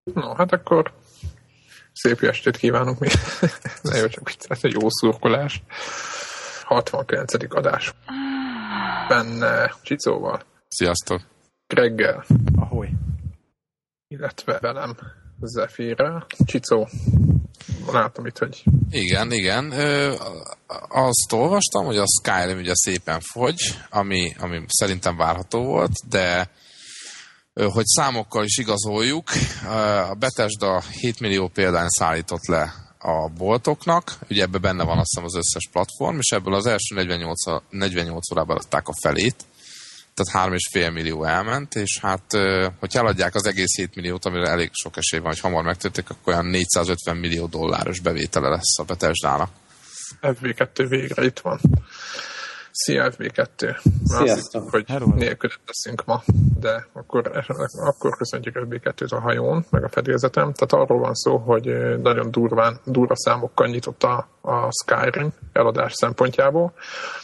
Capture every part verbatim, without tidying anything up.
No, hát akkor szép estét kívánunk még. Ne jó, csak egy jó szurkolás. hatvankilencedik adás. Benne Csicóval. Sziasztok. Greggel. Ahoy. Illetve velem Zefirrel. Csicó. Látom itt, hogy... Igen, igen. Ö, azt olvastam, hogy a Skyrim ugye szépen fogy, ami, ami szerintem várható volt, de ö, hogy számokkal is igazoljuk, a Bethesda hét millió példány szállított le a boltoknak, ugye ebben benne van azt hiszem az összes platform, és ebből az első negyvennyolc, negyvennyolc órában adták a felét, tehát három és fél millió elment, és hát, hogy eladják az egész hét milliót, amire elég sok esély van, hogy hamar megtörténik, akkor olyan négyszázötven millió dolláros bevétele lesz a Bethesdának. ef vé kettő végre itt van. Szia ef vé kettő. Sziasztok. Hogy nélküled leszünk ma, de akkor, akkor köszöntjük ef vé kettőt a hajón, meg a fedélzetem. Tehát arról van szó, hogy nagyon durván, durva számokkal nyitott a, a Skyrim eladás szempontjából,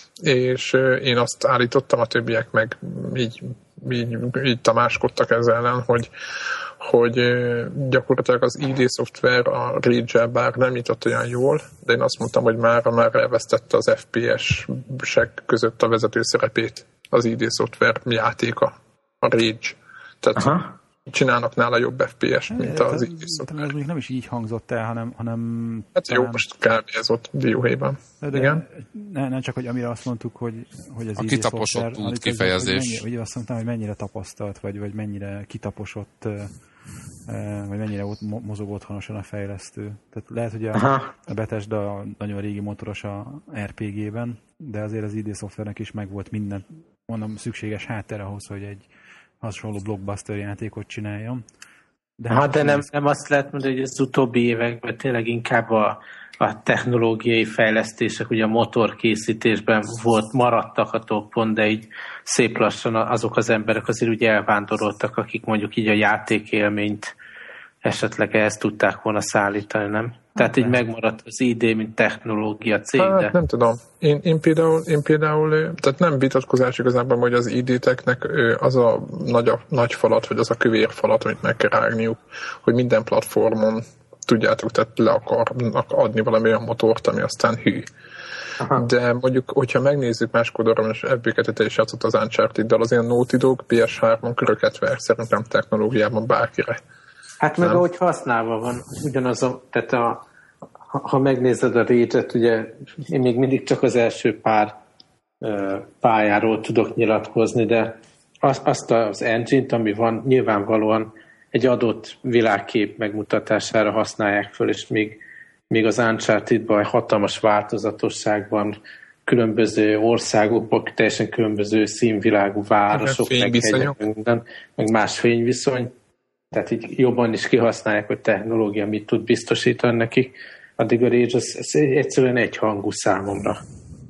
és én azt állítottam, a többiek meg így, így, így tamáskodtak ezzel ellen, hogy, hogy gyakorlatilag az i dé szoftver a Rage-el bár nem nyitott olyan jól, de én azt mondtam, hogy már, már elvesztette az ef pé es-sek között a vezető szerepét az i dé szoftver játéka, a Rage. Tehát aha, csinálnak nála jobb ef pé es, mint az i dé szoftver. Ez még nem is így hangzott el, hanem... hanem hát talán... jó, most kb. Ez ott dióhéjban. Igen? Ne, nem csak, hogy amire azt mondtuk, hogy, hogy az a i dé kitaposott szoftver, út kifejezés. Hogy, hogy azt mondtam, hogy mennyire tapasztalt, vagy, vagy mennyire kitaposott, vagy mennyire mozog otthonosan a fejlesztő. Tehát lehet, hogy a, a Bethesda nagyon régi motoros a er pé gében, de azért az i dé szoftvernek is megvolt minden, mondom, szükséges háttér ahhoz, hogy egy hasonló blockbuster játékot csináljon. De hát de nem, nem azt lehet mondani, hogy az utóbbi években tényleg inkább a, a technológiai fejlesztések, ugye a motorkészítésben volt, maradtak a toppon, de így szép lassan azok az emberek azért ugye elvándoroltak, akik mondjuk így a játékélményt esetleg ehhez tudták volna szállítani, nem? Tehát így megmaradt az i dé, mint technológia cég. Hát de... nem tudom. Én, én, például, én például, tehát nem vitatkozás igazából, hogy az i dé-teknek az a nagy, a nagy falat, vagy az a kövér falat, amit meg kell rágniuk, hogy minden platformon tudjátok, tehát le akarnak adni valami olyan motort, ami aztán hű. Aha. De mondjuk, hogyha megnézzük más kódorban, és ef bé kettő is játszott az Uncharted-dal, az ilyen Naughty Dog pé es hármon köröket ver, szerintem technológiában bárkire. Hát meg nem? Ahogy használva van, ugyanaz a, tehát a, ha megnézed a Rage-et, ugye én még mindig csak az első pár uh, pályáról tudok nyilatkozni, de az, azt az engine-t, ami van, nyilvánvalóan egy adott világkép megmutatására használják föl, és még, még az Uncharted-ban egy hatalmas változatosságban, különböző országokban, teljesen különböző színvilágú városok, meg hegyek, minden, meg más fényviszony. Tehát így jobban is kihasználják, hogy technológia mit tud biztosítani nekik, addig a Rage az, az egyszerűen egyhangú számomra.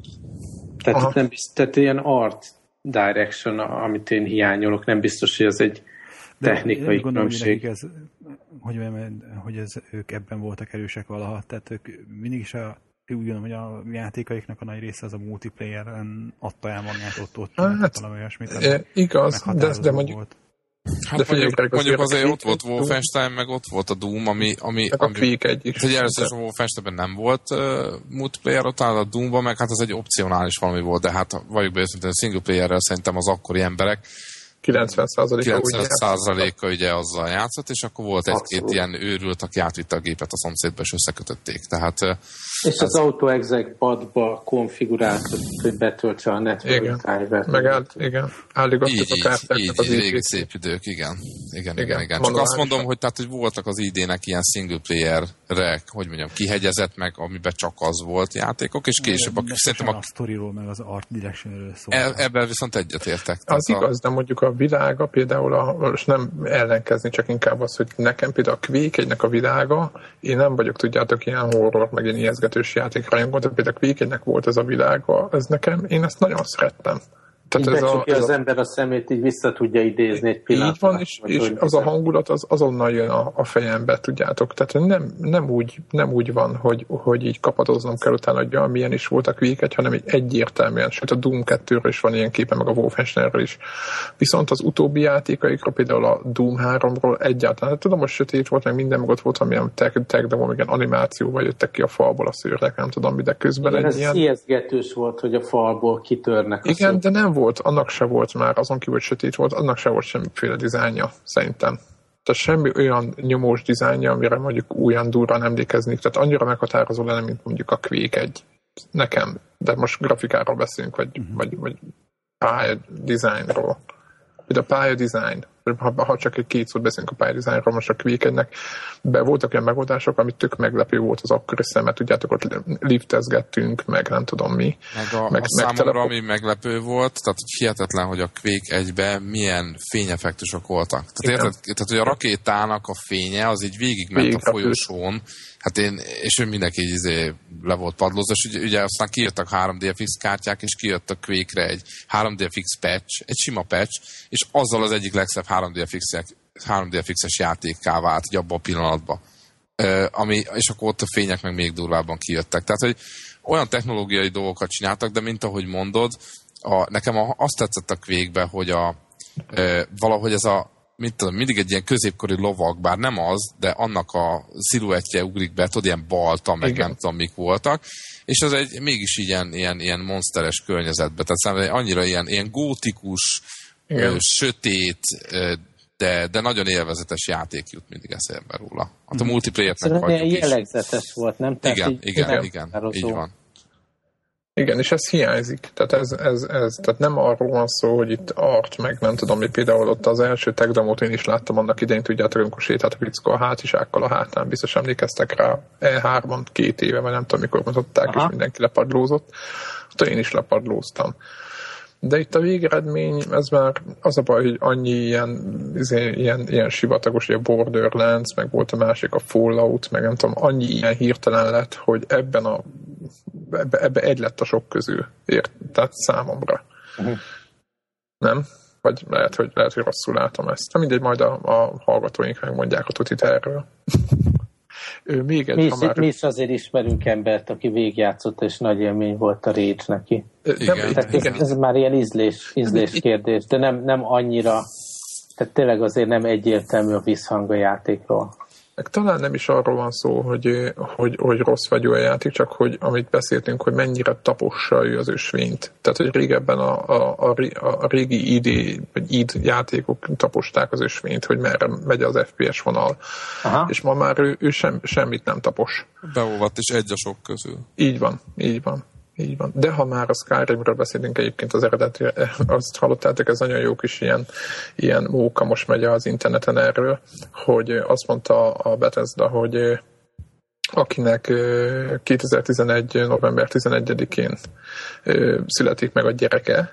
Tehát, nem biztos, tehát ilyen art direction, amit én hiányolok, nem biztos, hogy ez egy technikai különbség. Ez, hogy, hogy ez, ők ebben voltak erősek valaha, tehát ők mindig is a, úgy gondolom, hogy a játékaiknak a nagy része az a multiplayer-en adta el magát, ott, ott hát, valami olyasmit. E, igaz, de, de mondjuk volt. Hát de mondjuk, mondjuk, mondjuk azért ott volt Wolfenstein, meg ott volt a Doom, ami... ami a Quake egy is. Egy először is a Wolfensteinben nem volt uh, multiplayer, ott áll a Doomban, meg hát az egy opcionális valami volt, de hát valljuk be őszintén, a single playerrel szerintem az akkori emberek kilencven százaléka százaléka ugye azzal játszott, és akkor volt egy-két ilyen őrült, aki átvitte a gépet a szomszédba, és összekötötték. Tehát, és ez... az AutoExec padba konfiguráltat, hogy betöltse a network driver-t. Megállt, igen. Álligattuk a kártyákat az régi szép idők, igen. Igen, igen, igen. igen. Csak azt mondom, hogy, tehát, hogy voltak az i dé-nek ilyen single player-re, hogy mondjam, kihegyezett meg, amiben csak az volt játékok, és később... A, szerintem a, a sztoriról, meg az art directionről szól. E, ebben viszont egyetértek. Az igaz, de mondjuk a világa például, a, és nem ellenkezni, csak inkább az, hogy nekem például a Quake egynek a világa, én nem vagyok, tudjátok, ilyen horror, meg ilyen ijesztgetős játékrajongó, de például a Quake egynek volt ez a világa, ez nekem, én ezt nagyon szerettem. Tehát így ez a, ez az a... ember a szemét, így vissza tudja idézni egy pillanatra. Így van, és, és az a hangulat az azonnal jön a, a fejembe, tudjátok. Tehát nem, nem, úgy, nem úgy van, hogy, hogy így kapadoznom kell utána, hogy ja, milyen is volt a Quake egy, hanem egy egyértelműen, sőt a Doom kettőről is van ilyen képe, meg a Wolfensteinről is. Viszont az utóbbi játékaikról, például a Doom háromról egyáltalán, hát tudom, hogy sötét volt, meg minden, meg ott volt valamilyen tech, tech demo, meg ilyen animációval jöttek ki a falból a szőrnek, nem tudom, de közben igen, egy ez ilyen... ijesztgetős volt, hogy a falból kitörnek a Igen, szó. de nem volt, annak se volt már, azon kívül, hogy sötét volt, annak se volt semmiféle dizájnja, szerintem. Tehát semmi olyan nyomós dizájnja, amire mondjuk újan durran emlékeznék, tehát annyira meghatározó lenne, mint mondjuk a Quake egy nekem, de most grafikáról beszélünk, vagy, uh-huh. vagy, vagy pálya designról. De a pálya design, ha, ha csak egy két szót beszélünk a pálya designról, most a Quake egynek, be voltak olyan megoldások, amit tök meglepő volt az akkori szemet, tudjátok, ott liftezgettünk, meg nem tudom mi. Meg a, meg, a számomra, telefon... ami meglepő volt, tehát hihetetlen, hogy a Quake egyben milyen fényeffektusok voltak. Tehát, érted, tehát hogy a rakétának a fénye az így végigment Végig a folyosón, hát én, és mindenki így izé le volt padlózva, és ugye, ugye aztán kijöttek három dé ef iksz kártyák, és kijött a Quake-re egy három dé ef iksz patch, egy sima patch, és azzal az egyik legszebb három dé ef iksz-es játékká vált, így abban a pillanatban. Uh, ami, és akkor ott a fények meg még durvábban kijöttek. Tehát, hogy olyan technológiai dolgokat csináltak, de mint ahogy mondod, a, nekem a, azt tetszett a Quake-be, hogy a, uh, valahogy ez a mint tudom, mindig egy ilyen középkori lovag, bár nem az, de annak a sziluettje ugrik be, tudod, ilyen balta, meg igen. Nem tudom, mik voltak, és az egy mégis ilyen, ilyen, ilyen monsteres környezetbe, tehát számomra annyira ilyen, ilyen gótikus, ö, sötét, ö, de, de nagyon élvezetes játék jut mindig eszembe róla. Hát a multiplayer-t meghagyjuk is. Jellegzetes volt, nem? Tehát igen, igen, igen, igen, így van. Igen, és ez hiányzik. Tehát, ez, ez, ez, tehát nem arról van szó, hogy itt art, meg nem tudom, hogy például ott az első tech demót én is láttam annak idején, tudjátok, amikor sétált a fickó a hátizsákkal a hátán, biztos emlékeztek rá E háromban két éve, vagy nem tudom, mikor mutatták, és mindenki lepadlózott. Ott én is lepadlóztam. De itt a végeredmény, ez már az a baj, hogy annyi ilyen, ilyen, ilyen sivatagos, ilyen Borderlands, meg volt a másik a Fallout, meg nem tudom, annyi ilyen hirtelen lett, hogy ebben a ebbe, ebbe egy lett a sok közül. Ért, tehát számomra. Uh-huh. Nem? Vagy lehet, hogy, lehet, hogy rosszul látom ezt. De mindegy, majd a, a hallgatóink megmondják a tutit erről. Ő, még egy, mi, is, már... mi is azért ismerünk embert, aki végigjátszott, és nagy élmény volt a Rage neki. Igen, tehát ez, igen. ez már ilyen ízlés, ízlés kérdés, de nem, nem annyira, tehát tényleg azért nem egyértelmű a visszhang a játékról. Talán nem is arról van szó, hogy, hogy, hogy rossz vagy jó a játék, csak hogy amit beszéltünk, hogy mennyire tapossa ő az ösvényt. Tehát, hogy régebben a, a, a, a régi I D, vagy I D játékok taposták az ösvényt, hogy merre megy az F P S vonal. Aha. És ma már ő, ő sem, semmit nem tapos. Beolvadt, és egy a sok közül. Így van, így van. Így van. De ha már a Skyrimről beszélünk, egyébként az eredeti, azt hallottátok, ez nagyon jó kis ilyen, ilyen móka most megy az interneten erről, hogy azt mondta a Bethesda, hogy akinek kétezer-tizenegy. november tizenegyedikén születik meg a gyereke,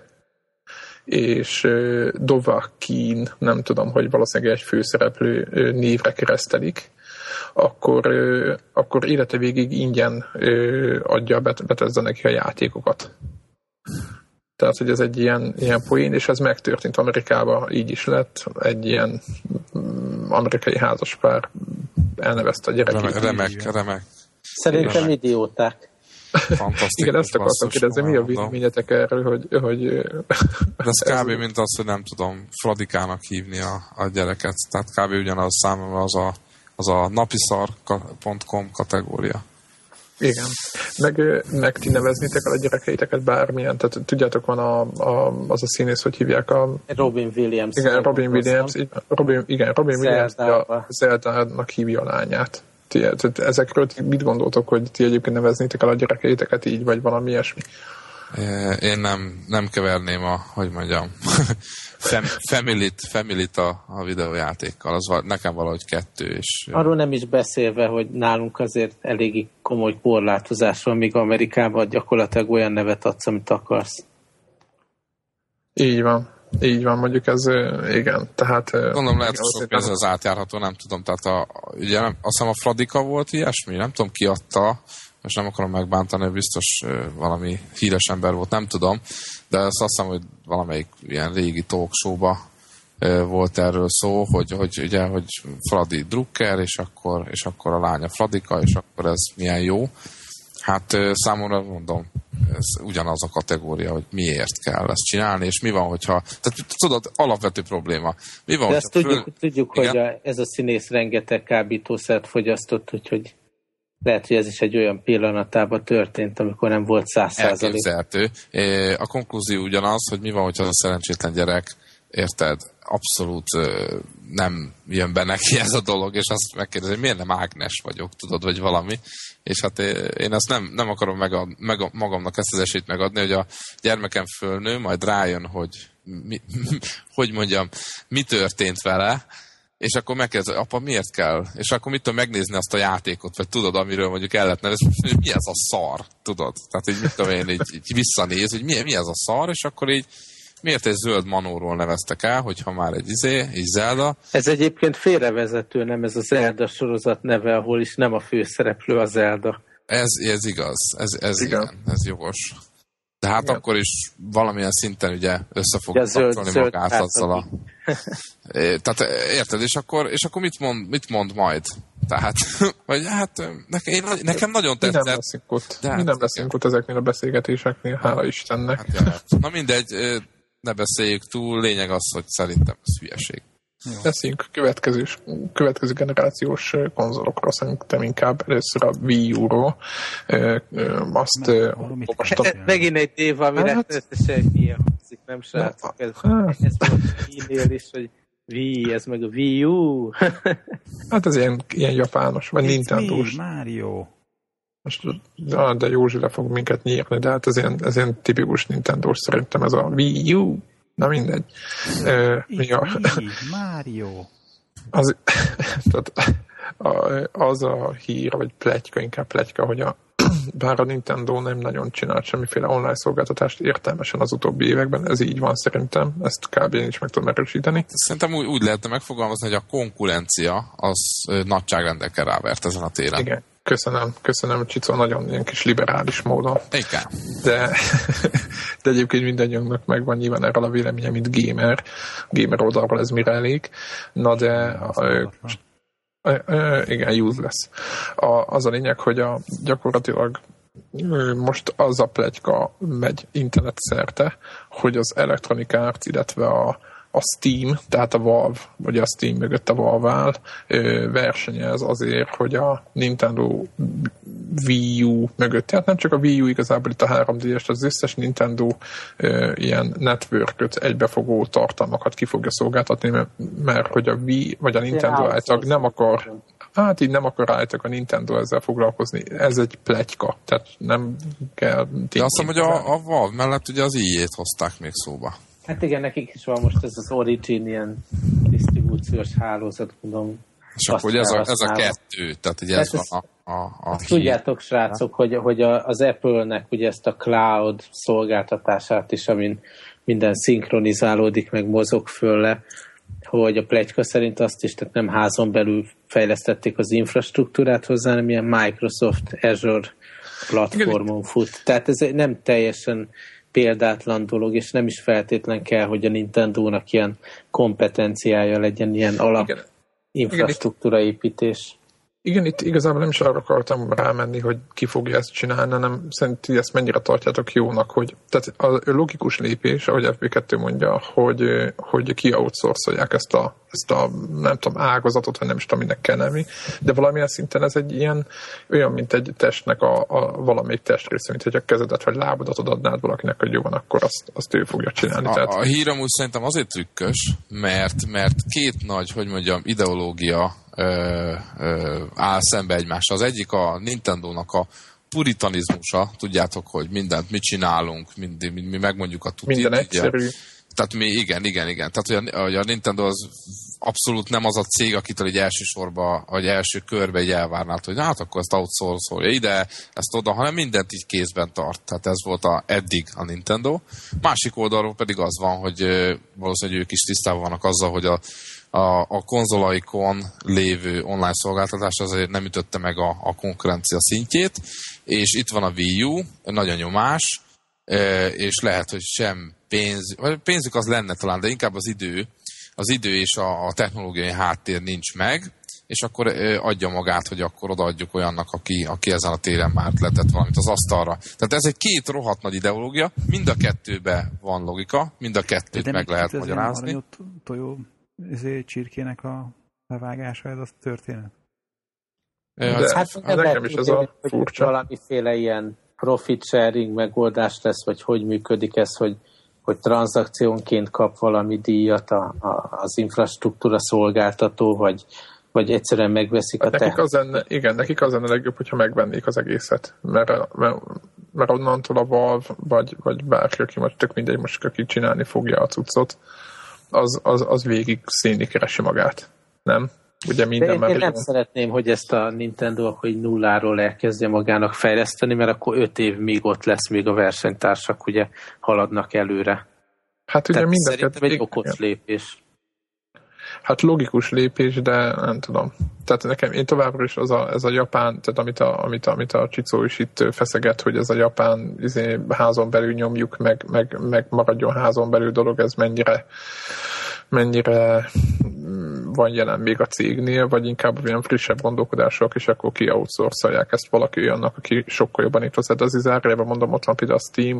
és Dovahkiin, nem tudom, hogy valószínűleg egy főszereplő névre keresztelik, akkor, akkor élete végig ingyen adja a Bethesda neki a játékokat. Tehát, hogy ez egy ilyen, ilyen poén, és ez megtörtént Amerikában, így is lett. Egy ilyen amerikai házaspár elnevezte a gyerekét. Remek, remek. remek. Szerintem remek. Idióták. Fantasztikus. Igen, ezt akartam kérdezni, mi a véleményetek erről, hogy... hogy de ez kb. Ez... mint az, hogy nem tudom, Fradikának hívni a, a gyereket. Tehát kb. Ugyanaz számomra az a az a napiszar pont com kategória. Igen. Meg, meg ti neveznétek el a gyerekeiteket bármilyen, tehát tudjátok, van a, a, az a színész, hogy hívják a... Robin Williams. Igen, Robin Williams, Robin, igen, Robin Williams a Zeldának hívja a lányát. Ti, tehát ezekről ti mit gondoltok, hogy ti egyébként neveznétek el a gyerekeiteket így, vagy valami ilyesmi? Én nem, nem keverném a, hogy mondjam, fem, familit, familit a, a videójátékkal. Az nekem valahogy kettő. És... Arról nem is beszélve, hogy nálunk azért eléggé komoly korlátozás van, míg Amerikában gyakorlatilag olyan nevet adsz, amit akarsz. Így van. Így van, mondjuk ez, igen, tehát... Gondolom lehet, hogy sok ez az átjárható, nem tudom, tehát a, ugye nem, azt hiszem a Fradika volt ilyesmi, nem tudom ki adta, most nem akarom megbántani, biztos valami híres ember volt, nem tudom, de azt hiszem, hogy valamelyik ilyen régi talk show-ba volt erről szó, hogy, hogy ugye, hogy Fradi drukker, és akkor, és akkor a lánya Fradika, és akkor ez milyen jó. Hát számomra mondom, ez ugyanaz a kategória, hogy miért kell ezt csinálni, és mi van, hogyha... Tehát tudod, alapvető probléma. Mi van, de ezt tudjuk, föl... tudjuk hogy a, ez a színész rengeteg kábítószert fogyasztott, úgyhogy lehet, hogy ez is egy olyan pillanatában történt, amikor nem volt száz százalék. Elképzelhető. A konklúzió ugyanaz, hogy mi van, hogyha az a szerencsétlen gyerek, érted, abszolút nem jön be neki ez a dolog, és azt megkérdezi, hogy miért nem Ágnes vagyok, tudod, vagy valami. És hát én ezt nem, nem akarom megad, meg, magamnak ezt az esélyt megadni, hogy a gyermekem fölnő, majd rájön, hogy mi, hogy mondjam, mi történt vele, és akkor megkérdezi, apa, miért kell? És akkor mit tudom megnézni azt a játékot, vagy tudod, amiről mondjuk el lehet nevezni, hogy mi ez a szar, tudod? Tehát így mit tudom én, így, így visszanéz, hogy mi, mi ez a szar, és akkor így miért egy zöld manóról neveztek el, hogyha már egy izé, egy Zelda. Ez egyébként félrevezető, nem ez a Zelda sorozat neve, ahol is nem a főszereplő a Zelda. Ez, ez igaz, ez, ez igen. igen, ez jogos. De hát igen. Akkor is valamilyen szinten ugye össze fog kapcsolni magát azzal a... Tehát érted, és akkor, és akkor mit, mond, mit mond majd? Tehát, vagy hát nekem, én, nekem nagyon tetszett. Mi nem leszünk ott, mi nem leszünk ott ezeknél a beszélgetéseknél, hála Istennek. Hát, ja, na mindegy, ne beszéljük túl, lényeg az, hogy szerintem ez hülyeség. Beszéljünk következő, következő generációs konzolokról, szerintem inkább először a Wii U-ról. Azt olvastam. Megint egy év, amire hát, összesen ilyen hangzik, nem srácok? Ez, hát. ez volt a Wii-nél is, hogy Wii, ez meg a Wii U. Hát ez ilyen, ilyen japános, vagy Nintendo-s. Mario. Most, de, de Józsi le fog minket nyírni, de hát ez ilyen, ez ilyen tipikus Nintendo-s szerintem ez a Wii U. Na mindegy. Uh, mi a... Wii, Mario. Az, tehát, az a hír, vagy pletyka, inkább pletyka, hogy a, bár a Nintendo nem nagyon csinált semmiféle online szolgáltatást értelmesen az utóbbi években, ez így van szerintem, ezt kb. Én is meg tudom erősíteni. Szerintem úgy, úgy lehetne megfogalmazni, hogy a konkurencia az nagyságrendekkel rávert ezen a téren. Igen. Köszönöm, köszönöm, Csicó, nagyon ilyen kis liberális módon. Igen. De, de egyébként mindannyiunknak megvan nyilván erről a véleménye, mint gamer. Gamer oldalról ez mire elég. Na de... A, a, a, igen, useless. A, az a lényeg, hogy a, gyakorlatilag most az a pletyka megy internet szerte, hogy az Electronic Arts, illetve a a Steam, tehát a Valve, vagy a Steam mögött a Valve áll, versenyez azért, hogy a Nintendo Wii U mögött, tehát nem csak a Wii U, igazából itt a három dé-es, az összes Nintendo ilyen networköt, egybefogó tartalmakat ki fogja szolgáltatni, mert, mert hogy a Wii, vagy a Nintendo által nem akar, hát így nem akar állítok a Nintendo ezzel foglalkozni. Ez egy pletyka, tehát nem kell... De azt hiszem, hogy a, a Valve mellett ugye az i á-t hozták még szóba. Hát igen, nekik is van most ez az Origin ilyen disztribúciós hálózat, mondom. És akkor ugye ez a, ez a kettő, tehát ugye ez van a, a, a tudjátok, srácok, hogy, hogy az Apple-nek ugye ezt a cloud szolgáltatását is, amin minden szinkronizálódik, meg mozog fölle, hogy a pletyka szerint azt is, tehát nem házon belül fejlesztették az infrastruktúrát hozzá, hanem ilyen Microsoft Azure platformon fut. Tehát ez nem teljesen példátlan dolog, és nem is feltétlen kell, hogy a Nintendónak ilyen kompetenciája legyen, ilyen alap igen. infrastruktúra építés. Igen, itt igazából nem is arra akartam rámenni, hogy ki fogja ezt csinálni, hanem szerintem ezt mennyire tartjátok jónak, hogy tehát a logikus lépés, ahogy ef bé kettő mondja, hogy, hogy ki outsourcolják ezt a, ezt a, nem tudom, ágazatot, vagy nem is tudom, minek kell nevi, de valamilyen szinten ez egy ilyen, olyan, mint egy testnek a, a valamelyik testrésze, mint hogy a kezedet vagy lábadat adnád valakinek, hogy jó van, akkor azt, azt ő fogja csinálni. A, tehát... a hír amúgy szerintem azért trükkös, mert, mert két nagy, hogy mondjam, ideológia Ö, ö, áll szembe egymással. Az egyik a Nintendónak a puritanizmusa, tudjátok, hogy mindent mi csinálunk, mindig, mi, mi megmondjuk a tutit. Minden egyszerű. Tehát mi, igen, igen, igen. Tehát hogy a, a Nintendo az abszolút nem az a cég, akitől egy elsősorban, vagy első körbe egy elvárnád, hogy hát akkor ezt outsourcolja ide, ezt oda, hanem mindent így kézben tart. Tehát ez volt a, eddig a Nintendo. Másik oldalról pedig az van, hogy valószínűleg ők is tisztában vannak azzal, hogy a, a, a konzolaikon lévő online szolgáltatás azért nem ütötte meg a, a konkurencia szintjét, és itt van a Wii U, nagy a nyomás, és lehet, hogy sem pénz, vagy pénzük az lenne talán, de inkább az idő, az idő és a, a technológiai háttér nincs meg, és akkor adja magát, hogy akkor odaadjuk olyannak, aki, aki ezen a téren már letett valamit az asztalra. Tehát ez egy két rohadt nagy ideológia, mind a kettőben van logika, mind a kettőt meg lehet magyarázni. De nem tojó ezért csirkének a bevágása, ez a történet? De hát nem nekem is ez a furcsa. Valamiféle ilyen profit sharing megoldás lesz, vagy hogy működik ez, hogy, hogy tranzakciónként kap valami díjat a, a, az infrastruktúra szolgáltató, vagy, vagy egyszerűen megveszik hát a nekik az lenne, igen, nekik az lenne legjobb, hogyha megvennék az egészet. Mert, mert, mert onnantól a Valve, vagy, vagy bárki, aki most tök mindegy, most aki csinálni fogja a cuccot, az, az, az végig színni keresi magát. Nem? Ugye minden én, én nem szeretném, hogy ezt a Nintendo akkor nulláról elkezdje magának fejleszteni, mert akkor öt év még ott lesz, még a versenytársak ugye haladnak előre. Hát ugye mindeket... Szerintem egy okos lépés. Hát logikus lépés, de nem tudom. Tehát nekem, én továbbra is az a, ez a japán, tehát amit a, amit, amit a Csicó is itt feszeget, hogy ez a japán izé, házon belül nyomjuk, meg, meg, meg maradjon házon belül dolog, ez mennyire mennyire van jelen még a cégnél, vagy inkább olyan frissebb gondolkodások, és akkor ki outsourcolják ezt valaki olyannak, aki sokkal jobban itt hozzá. De az izárjában mondom, ott van például a Steam,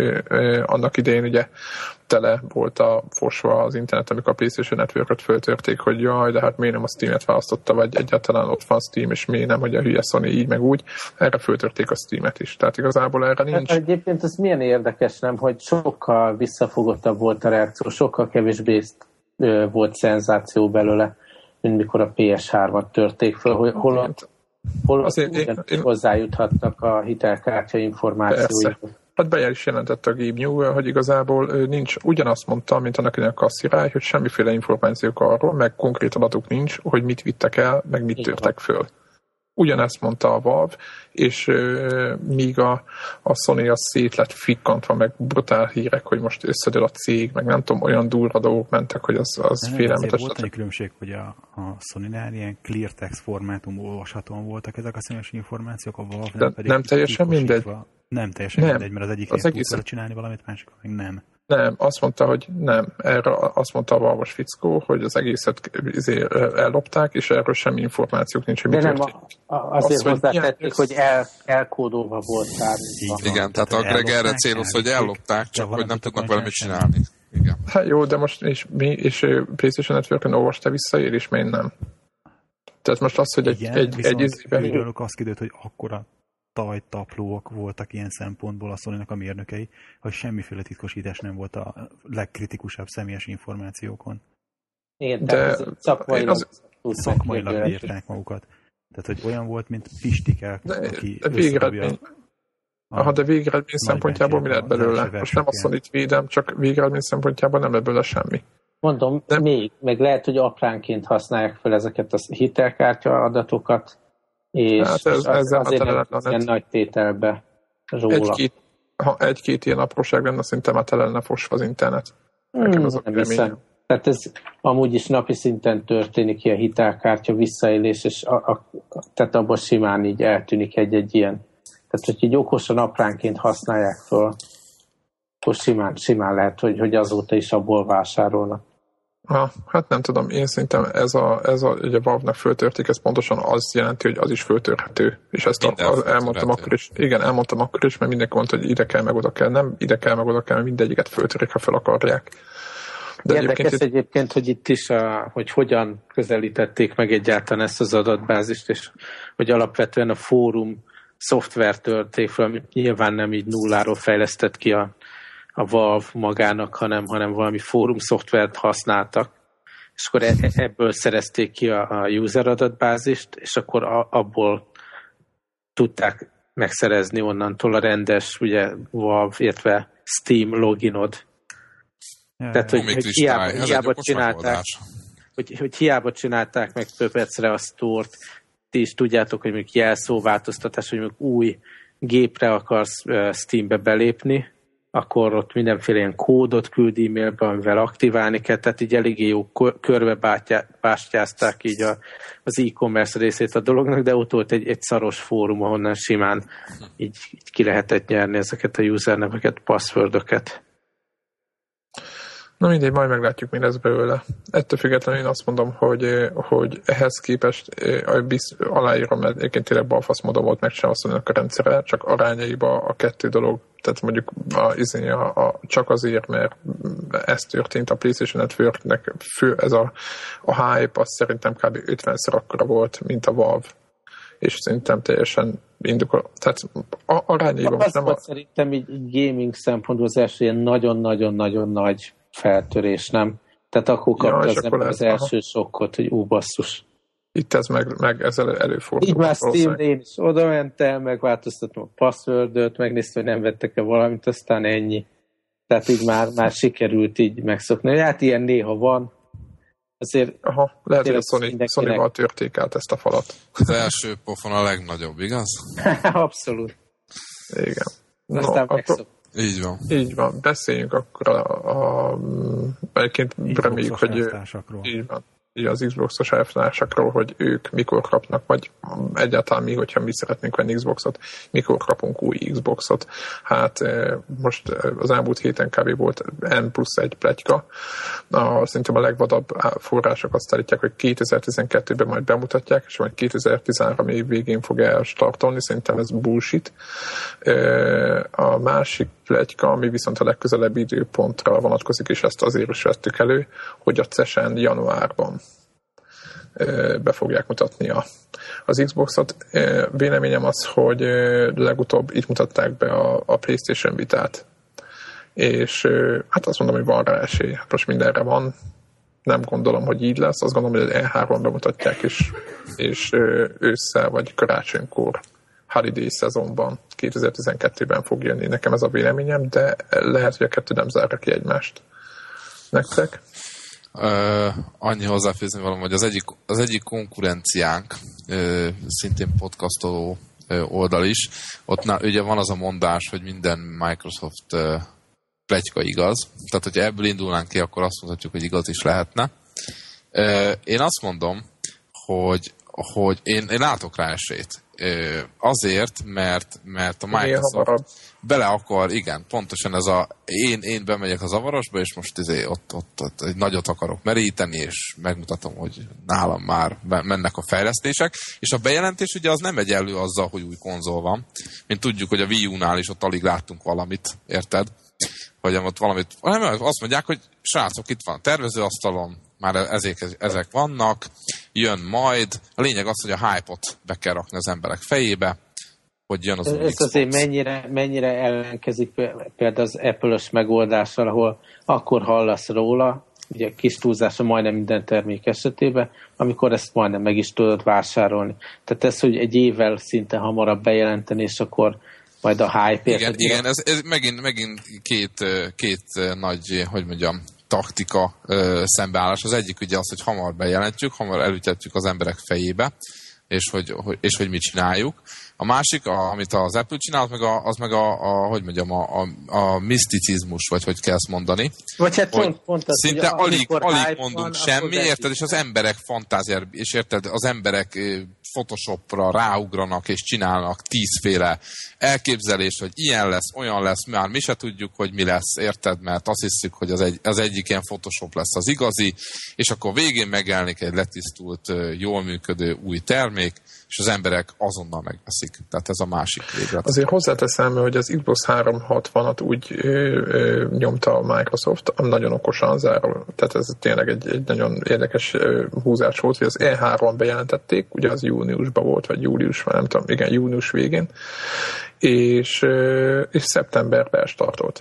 annak idején ugye tele volt a fosva az internet, amikor a PlayStation Network-öt föltörték, hogy jaj, de hát miért nem a Steam-et választotta, vagy egyáltalán ott van Steam, és miért nem, hogy a hülye Sony így, meg úgy. Erre föltörték a Steam-et is. Tehát igazából erre nincs. Hát egyébként ez milyen érdekes, nem, hogy sokkal visszafogottabb volt a reakció, sokkal kevésbé volt szenzáció belőle, mint mikor a pé es hármat törték föl, hogy hol, hol Azért én, én... hozzájuthatnak a hitelkártya információihoz. Hát Bayer is jelentette a Gabe New, hogy igazából nincs, ugyanazt mondta, mint annak a kasszirály, hogy semmiféle információk arról, meg konkrét adatuk nincs, hogy mit vittek el, meg mit törtek föl. Ugyanezt mondta a Valve, és euh, míg a, a Sony az szét lett fikkantva, meg brutál hírek, hogy most összedől a cég, meg nem tudom, olyan durva dolgok mentek, hogy az, az félelmetes. Volt egy különbség, hogy a, a Sony-nál ilyen clear text formátum olvashatóan voltak ezek a személyes információk, a Valve nem pedig nem teljesen mindegy. Nem teljesen nem. mindegy, mert az egyik az tudsz csinálni valamit, másik meg nem. Nem, azt mondta, hogy nem. Erre azt mondta a Valvos fickó, hogy az egészet ellopták, és erről semmi információk nincs, hogy mi történik. De nem, a, a, azért hozzátették, hogy el, elkódolva volt tárgyban. Igen, tehát a Greg erre céloz, hogy ellopták, csak hogy nem tudnak vele mit csinálni. Igen. Hát jó, de most és mi, és PlayStation Network-en olvasta vissza, ér is, én nem. Tehát most az, hogy egy... Igen, egy, egy izében... Őrülök azt időt, hogy akkora tajtaplóak voltak ilyen szempontból a Sony-nak a mérnökei, hogy semmiféle titkosítás nem volt a legkritikusabb személyes információkon. Igen, de szakmailag, az... szakmailag írták magukat. Tehát, hogy olyan volt, mint Pistike, aki összedobja... Aha, de végeredmény szempontjából mi lett belőle? Most nem a Sony-t védem, csak végeredmény szempontjából nem lett belőle semmi. Mondom, de... még, meg lehet, hogy apránként használják fel ezeket a hitelkártya adatokat, és hát ez, az, azért nem ilyen nagy tételbe róla. Egy-két, ha egy-két ilyen apróság lenne, szerintem már tele lenne fosva az internet. Hmm, az nem hiszem. Tehát ez amúgy is napi szinten történik ilyen hitelkártya visszaélés, és a, a, tehát abban simán így eltűnik egy-egy ilyen. Tehát, hogy így okosan apránként használják föl, akkor simán, simán lehet, hogy, hogy azóta is abból vásárolnak. Ha, hát nem tudom, én szerintem ez a, ez a, ugye Valve-nek föltörték, ez pontosan azt jelenti, hogy az is föltörhető. És ezt a, az, elmondtam akkor is, igen, elmondtam akkor is, mert mindenki mondta, hogy ide kell, meg oda kell, nem ide kell, meg oda kell, mert mindegyiket föltörik, ha fel akarják. De érdekes egyébként, egyébként, hogy itt is, a, hogy hogyan közelítették meg egyáltalán ezt az adatbázist, és hogy alapvetően a fórum szoftvert törték fel, amit nyilván nem így nulláról fejlesztett ki a a Valve magának, hanem, hanem valami fórum szoftvert használtak, és akkor ebből szerezték ki a, a user adatbázist, és akkor a, abból tudták megszerezni onnantól a rendes, ugye Valve, illetve Steam loginod. Ja, Tehát, hogy, hogy hiába, hiába csinálták, hogy, hogy hiába csinálták meg Puppetsre a sztort, ti is tudjátok, hogy mondjuk jelszóváltoztatás, hogy mondjuk új gépre akarsz uh, Steambe belépni, akkor ott mindenféle ilyen kódot küld e-mailbe, amivel aktiválni kell, tehát így eléggé jó körbe bástyázták így a, az e-commerce részét a dolognak, de ott volt egy, egy szaros fórum, ahonnan simán így, így ki lehetett nyerni ezeket a userneveket, passwordöket. Na mindegy, majd meglátjuk, mi lesz belőle. Ettől függetlenül én azt mondom, hogy, hogy ehhez képest aláírom, mert egyébként tényleg balfasz módon volt megcsinálva a rendszere, csak arányaiba a kettő dolog, tehát mondjuk a, a, a, csak azért, mert ez történt a PlayStation Networknek, fő, ez a, a hype, az szerintem kb. ötvenszer akkora volt, mint a Valve. És szerintem teljesen indokol. Tehát arányaiban most nem a... Szerintem így, így gaming szempontból az első ilyen nagyon-nagyon-nagyon nagy feltörés, nem? Tehát akkor kapta ja, az, az, az első sokkot, hogy ú, basszus. Itt ez meg, meg ezzel előfordul. Így már Steam-re én is oda mentem, megváltoztatom a passwordot, megnéztem, hogy nem vettek-e valamit, aztán ennyi. Tehát így már, már sikerült így megszokni. Hát ilyen néha van. Azért Aha, lehet, hogy a Sony, Sony-val törték át ezt a falat. Az első pofon a legnagyobb, igaz? Abszolút. Igen. Aztán no, megszoktam. Így van. Így van. Beszéljünk akkor a... a egyébként reméljük, hogy... Így van. Így az Xbox-os elvtársakról, hogy ők mikor kapnak, vagy egyáltalán mi, hogyha mi szeretnénk venni Xboxot, mikor kapunk új Xboxot. Hát most az elmúlt héten kb. Volt N plusz egy pletyka. A, szerintem a legvadabb források azt állítják, hogy kétezer-tizenkettőben majd bemutatják, és majd kétezer-tizenhárom év végén fog elstartolni. Szerintem ez bullshit. A másik pletyka, ami viszont a legközelebb időpontra vonatkozik, és ezt azért is vettük elő, hogy a cé e es en januárban be fogják mutatni a, az Xboxot. Véleményem az, hogy legutóbb itt mutatták be a, a PlayStation Vitát, és hát azt mondom, hogy van rá esély. Hát most mindenre van. Nem gondolom, hogy így lesz. Azt gondolom, hogy az E három bemutatják, és, és ősszel vagy karácsonykor holiday szezonban, kétezer-tizenkettőben fog jönni. Nekem ez a véleményem, de lehet, hogy a kettő nem zárja ki egymást. Nektek? Uh, annyi hozzáfűzni valam, hogy az egyik, az egyik konkurenciánk, uh, szintén podcastoló uh, oldal is, ott na, ugye van az a mondás, hogy minden Microsoft uh, pletyka igaz. Tehát, hogyha ebből indulnánk ki, akkor azt mondhatjuk, hogy igaz is lehetne. Uh, én azt mondom, hogy, hogy én, én látok rá esélyt. Uh, azért, mert, mert a Microsoft bele akar, igen, pontosan ez a én, én bemegyek a zavarosba, és most izé, ott, ott, ott egy nagyot akarok meríteni, és megmutatom, hogy nálam már mennek a fejlesztések, és a bejelentés ugye az nem egyenlő azzal, hogy új konzol van. Mint tudjuk, hogy a Wii U-nál is ott alig láttunk valamit, érted? Hogy ott valamit, nem, azt mondják, hogy srácok, itt van a tervezőasztalon, már ezek, ezek vannak, jön majd. A lényeg az, hogy a hype-ot be kell rakni az emberek fejébe, hogy jön az új Ez Xbox. azért mennyire, mennyire ellenkezik például az Apple-ös megoldással, ahol akkor hallasz róla, ugye kis túlzása majdnem minden termék esetében, amikor ezt majdnem meg is tudod vásárolni. Tehát ez, hogy egy évvel szinte hamarabb bejelenteni, és akkor majd a hype. Igen, igen ez, ez megint, megint két, két nagy, hogy mondjam, taktika ö, szembeállás. Az egyik ugye az, hogy hamar bejelentjük, hamar elütetjük az emberek fejébe, és hogy, hogy, és hogy mit csináljuk. A másik, a, amit az Apple csinál, meg a, az meg a, a hogy mondjam, a, a, a miszticizmus, vagy hogy kell ezt mondani. Vagy hát pont, pont az, szinte alig, alig mondunk van, semmi, érted, és az emberek fantáziára, és érted, az emberek Photoshopra ráugranak, és csinálnak tízféle elképzelést, hogy ilyen lesz, olyan lesz, már mi se tudjuk, hogy mi lesz, érted, mert azt hiszük, hogy az, egy, az egyik ilyen Photoshop lesz az igazi, és akkor végén megjelenik egy letisztult, jól működő új termék, és az emberek azonnal megveszik. Tehát ez a másik véglet. Azért hozzáteszem, hogy az Xbox háromszázhatvanat úgy ö, ö, nyomta a Microsoft, nagyon okosan zárul. Tehát ez tényleg egy, egy nagyon érdekes ö, húzás volt, hogy az E három bejelentették, ugye az júniusban volt, vagy júliusban, nem tudom, igen, június végén, és, ö, és szeptemberben startolt.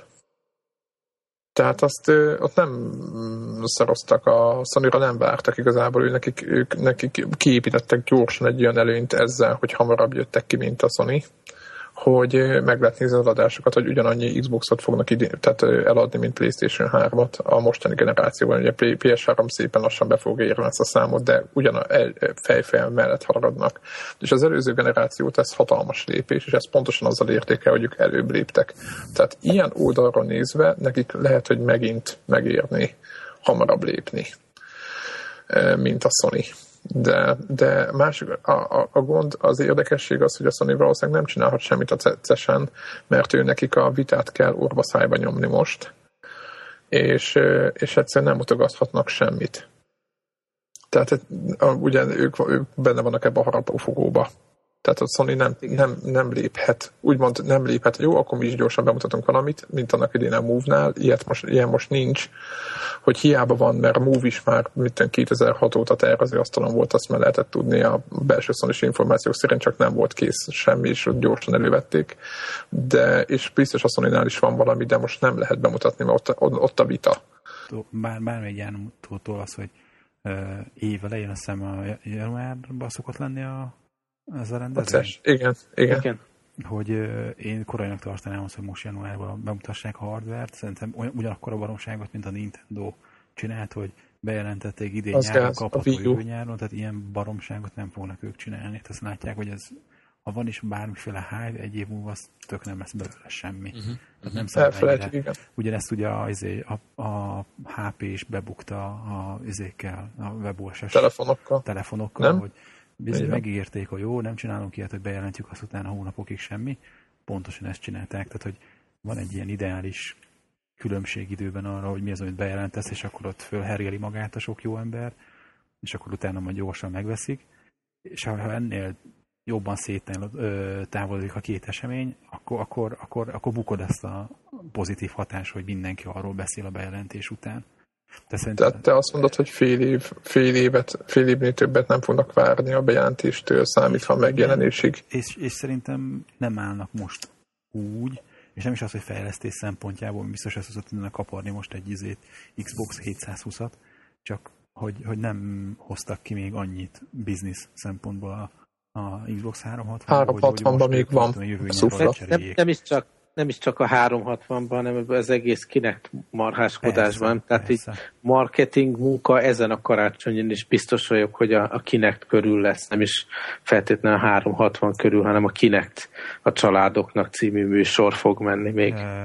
Tehát azt ott nem szaroztak, a Sonyra nem vártak igazából, ő nekik, ők, nekik kiépítettek gyorsan egy olyan előnyt ezzel, hogy hamarabb jöttek ki, mint a Sony, hogy meg lehet nézni az adásokat, hogy ugyanannyi Xboxot fognak idén, tehát eladni, mint PlayStation hármat a mostani generációban. Ugye pé es három szépen lassan be fog érni ezt a számot, de ugyan fejfej mellett haradnak. És az előző generációt ez hatalmas lépés, és ez pontosan azzal értékel, hogy ők előbb léptek. Tehát ilyen oldalról nézve nekik lehet, hogy megint megérni hamarabb lépni, mint a Sony. De, de másik, a, a, a gond, az érdekesség az, hogy a Sony valószínűleg nem csinálhat semmit a cé é es-en, mert ő nekik a vitát kell orvaszájba nyomni most, és, és egyszerűen nem mutogathatnak semmit. Tehát ugye ők, ők benne vannak ebbe a harapófogóba. Tehát a Sony nem, nem, nem léphet, úgymond nem léphet, jó, akkor mi is gyorsan bemutatunk valamit, mint annak idén a Move-nál, ilyet most, ilyen most nincs, hogy hiába van, mert a Move is már mitten kétezer-hat óta tervező asztalon volt, azt már lehetett tudni a belső Sony-s információk szerint, csak nem volt kész semmi, és gyorsan elővették. De, és biztos a Sony-nál is van valami, de most nem lehet bemutatni, mert ott, ott a vita. Bár, bármely Jánótól az, hogy uh, év elején, azt hiszem a januárban szokott lenni a ez a rendezvény? Igen, igen. igen. Hogy uh, én korainak tartanám azt, hogy most januárban bemutassák a hardware-t. Szerintem ugyanakkor a baromságot, mint a Nintendo csinált, hogy bejelentették idén az nyáron, gáz, kapható jövő nyáron, tehát ilyen baromságot nem fognak ők csinálni. Tehát látják, hogy ez, ha van is bármiféle hype, egy év múlva az tök nem lesz belőle semmi. Uh-huh. Tehát nem szabad ennyire. Ugyanezt ugye a, a, a há pé is bebukta a izékkel, a web o es es telefonokkal, telefonokkal nem? Hogy bizony megígérték, hogy jó, nem csinálunk ilyet, hogy bejelentjük azt utána hónapokig semmi. Pontosan ezt csinálták, tehát hogy van egy ilyen ideális különbség időben arra, hogy mi az, amit bejelentesz, és akkor ott fölhergeli magát a sok jó ember, és akkor utána majd gyorsan megveszik. És ha ennél jobban széttávolodik a két esemény, akkor, akkor, akkor, akkor bukod ezt a pozitív hatást, hogy mindenki arról beszél a bejelentés után. Te, szerintem... Tehát te azt mondod, hogy fél, év, fél évet, fél évnél többet nem fognak várni a bejelentéstől számítva a megjelenésig. És, és szerintem nem állnak most úgy, és nem is az, hogy fejlesztés szempontjából biztos ezt tudnak kaparni most egy izét, Xbox hétszázhúszat, csak hogy, hogy nem hoztak ki még annyit biznisz szempontból a, a Xbox háromszázhatvan. háromszázhatvanban még van. Nem, nem is csak Nem is csak a háromszázhatvanban, hanem az egész Kinect marháskodásban. Tehát persze. Így marketing munka ezen a karácsonyon is biztos vagyok, hogy a, a Kinect körül lesz. Nem is feltétlenül a háromszázhatvan körül, hanem a Kinect a családoknak című műsor fog menni még. E,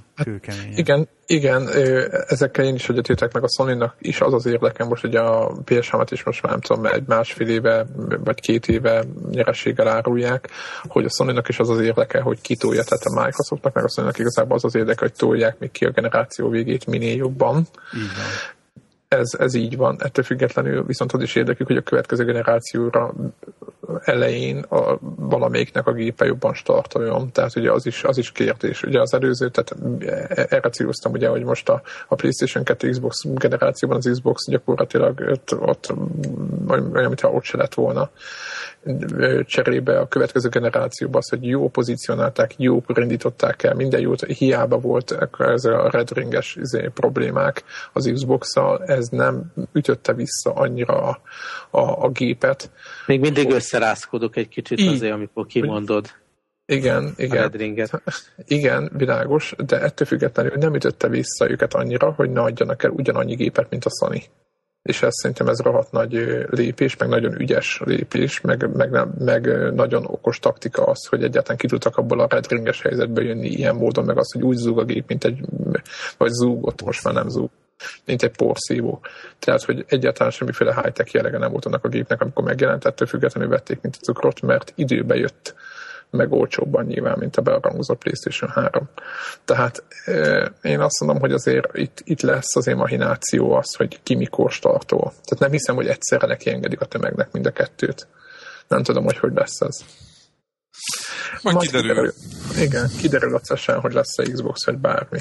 igen, igen, ezekkel én is egyetértek, meg a Sony-nak is az az érdekem most, hogy a pé es hármat is most már nem tudom, egy másfél éve, vagy két éve nyerességgel árulják, hogy a Sony-nak is az az érdeke, hogy kitolja, tehát a Microsoftnak, meg a Sony-nak igazából az az érdeke, hogy tolják még ki a generáció végét minél jobban. Így van. Ez, ez így van. Ettől függetlenül viszont az is érdekük, hogy a következő generációra elején a, valamelyiknek a gépe jobban startoljon. Tehát ugye az is, az is kérdés. Ugye az előző, tehát erre céloztam ugye, hogy most a, a PlayStation kettő Xbox generációban az Xbox gyakorlatilag ott, ott olyan, mintha ott se lett volna cserébe a következő generációban az, hogy jó pozícionálták, jó indították el, minden jót, hiába volt ez a Red Ring-es izé, problémák az Xbox-szal, ez nem ütötte vissza annyira a, a, a gépet. Még mindig hogy... összerázkodok egy kicsit így, azért, amikor kimondod. Igen, igen. Red Ringet. Igen, világos, de ettől függetlenül nem ütötte vissza őket annyira, hogy ne adjanak el ugyanannyi gépet, mint a Sony. És ez szerintem ez rohadt nagy lépés, meg nagyon ügyes lépés, meg, meg, meg nagyon okos taktika az, hogy egyáltalán ki tudtak abból a Red Ringes helyzetből jönni ilyen módon, meg az, hogy úgy zúg a gép, mint egy, vagy zúgott, most már nem zúg, mint egy porszívó. Tehát, hogy egyáltalán semmiféle high-tech jellege nem volt annak a gépnek, amikor megjelent, ettől függetlenül vették, mint a cukrot, mert időbe jött, meg olcsóbban nyilván, mint a bearangozott PlayStation három. Tehát euh, én azt mondom, hogy azért itt, itt lesz azért machináció az, hogy ki mikor startol. Tehát nem hiszem, hogy egyszerre neki engedik a tömegnek mind a kettőt. Nem tudom, hogy hogy lesz ez. Majd, Majd kiderül. kiderül. Igen, kiderül acesen, hogy lesz-e Xbox, vagy bármi.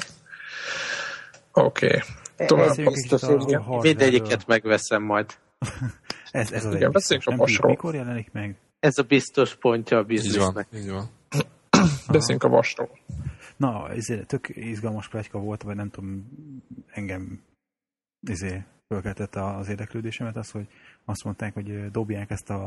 Oké. Okay. Tovább. Mindegyiket megveszem majd. ez, ez az igen, beszéljünk a vasról. Mikor jelenik meg? Ez a biztos pontja a biznisznek. Így van, beszéljünk a vasról. Na, ezért tök izgalmas pletyka volt, vagy nem tudom, engem ezért fölkeltett az érdeklődésemet az, hogy azt mondták, hogy dobják ezt a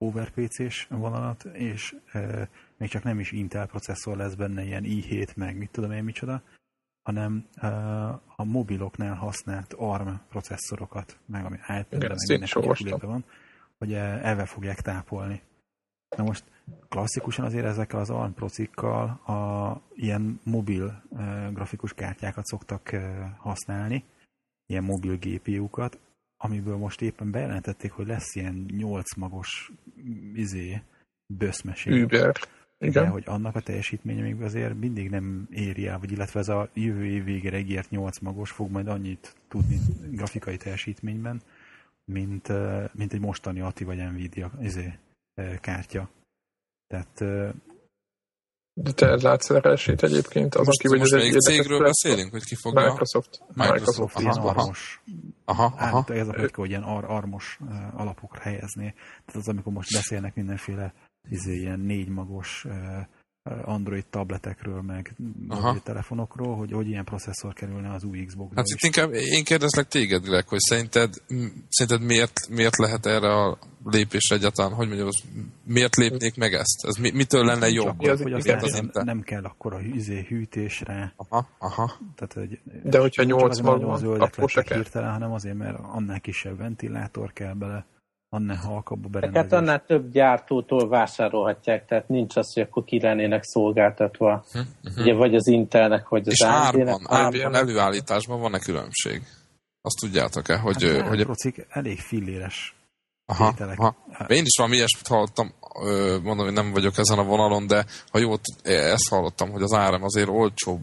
overpc-s vonalat, és e, még csak nem is Intel processzor lesz benne, ilyen i hét, meg mit tudom én micsoda, hanem e, a mobiloknál használt á er em processzorokat, meg ami iPad-ben, meg mindenki van, hogy ebben fogják tápolni. Na most klasszikusan azért ezekkel az á er em procikkal a ilyen mobil e, grafikus kártyákat szoktak e, használni, ilyen mobil gé pé u-kat, amiből most éppen bejelentették, hogy lesz ilyen nyolc magos izé, böszmeség. Uber. Igen, hogy annak a teljesítménye még azért mindig nem éri el, vagy illetve ez a jövő év végére ígért nyolc magos fog majd annyit tudni grafikai teljesítményben, mint, mint egy mostani á té i vagy Nvidia izé, kártya. Tehát... De te látsz erre esélyt egyébként? Az, most, aki, most melyik cégről beszélünk, hogy ki fogja? Microsoft. Microsoft, Microsoft ilyen armos. Aha, aha. Hát ez a hogy hogy ilyen ar- armos alapokra helyezni. Tehát az, amikor most beszélnek mindenféle izé, ilyen négy magos Android tabletekről, meg Android telefonokról, hogy, hogy ilyen processzor kerülne az új Xbox-ba. Hát itt inkább én kérdezlek téged, Greg, hogy szerinted, szerinted miért, miért lehet erre a lépésre egyáltalán, hogy mondjam, miért lépnék meg ezt? Ez mitől lenne jobb? Csak, hogy az az nem, nem kell akkor a izé, hűtésre. Aha, aha. Tehát, hogy, de hogyha nyolc mag van, akkor se kell. Hirtelen, hanem azért, mert annál kisebb ventilátor kell bele, annál halkabb a berendezés. Hát annál több gyártótól vásárolhatják, tehát nincs az, hogy akkor ki lennének szolgáltatva. Hm, uh-huh. Ugye vagy az Intelnek, vagy az és árban, árban, előállításban van-e különbség? Azt tudjátok-e, hogy... Hát hogy procik elég filléres aha, aha. Én is valami ilyesmit hallottam, mondom, hogy nem vagyok ezen a vonalon, de ha jól ezt hallottam, hogy az áram azért olcsóbb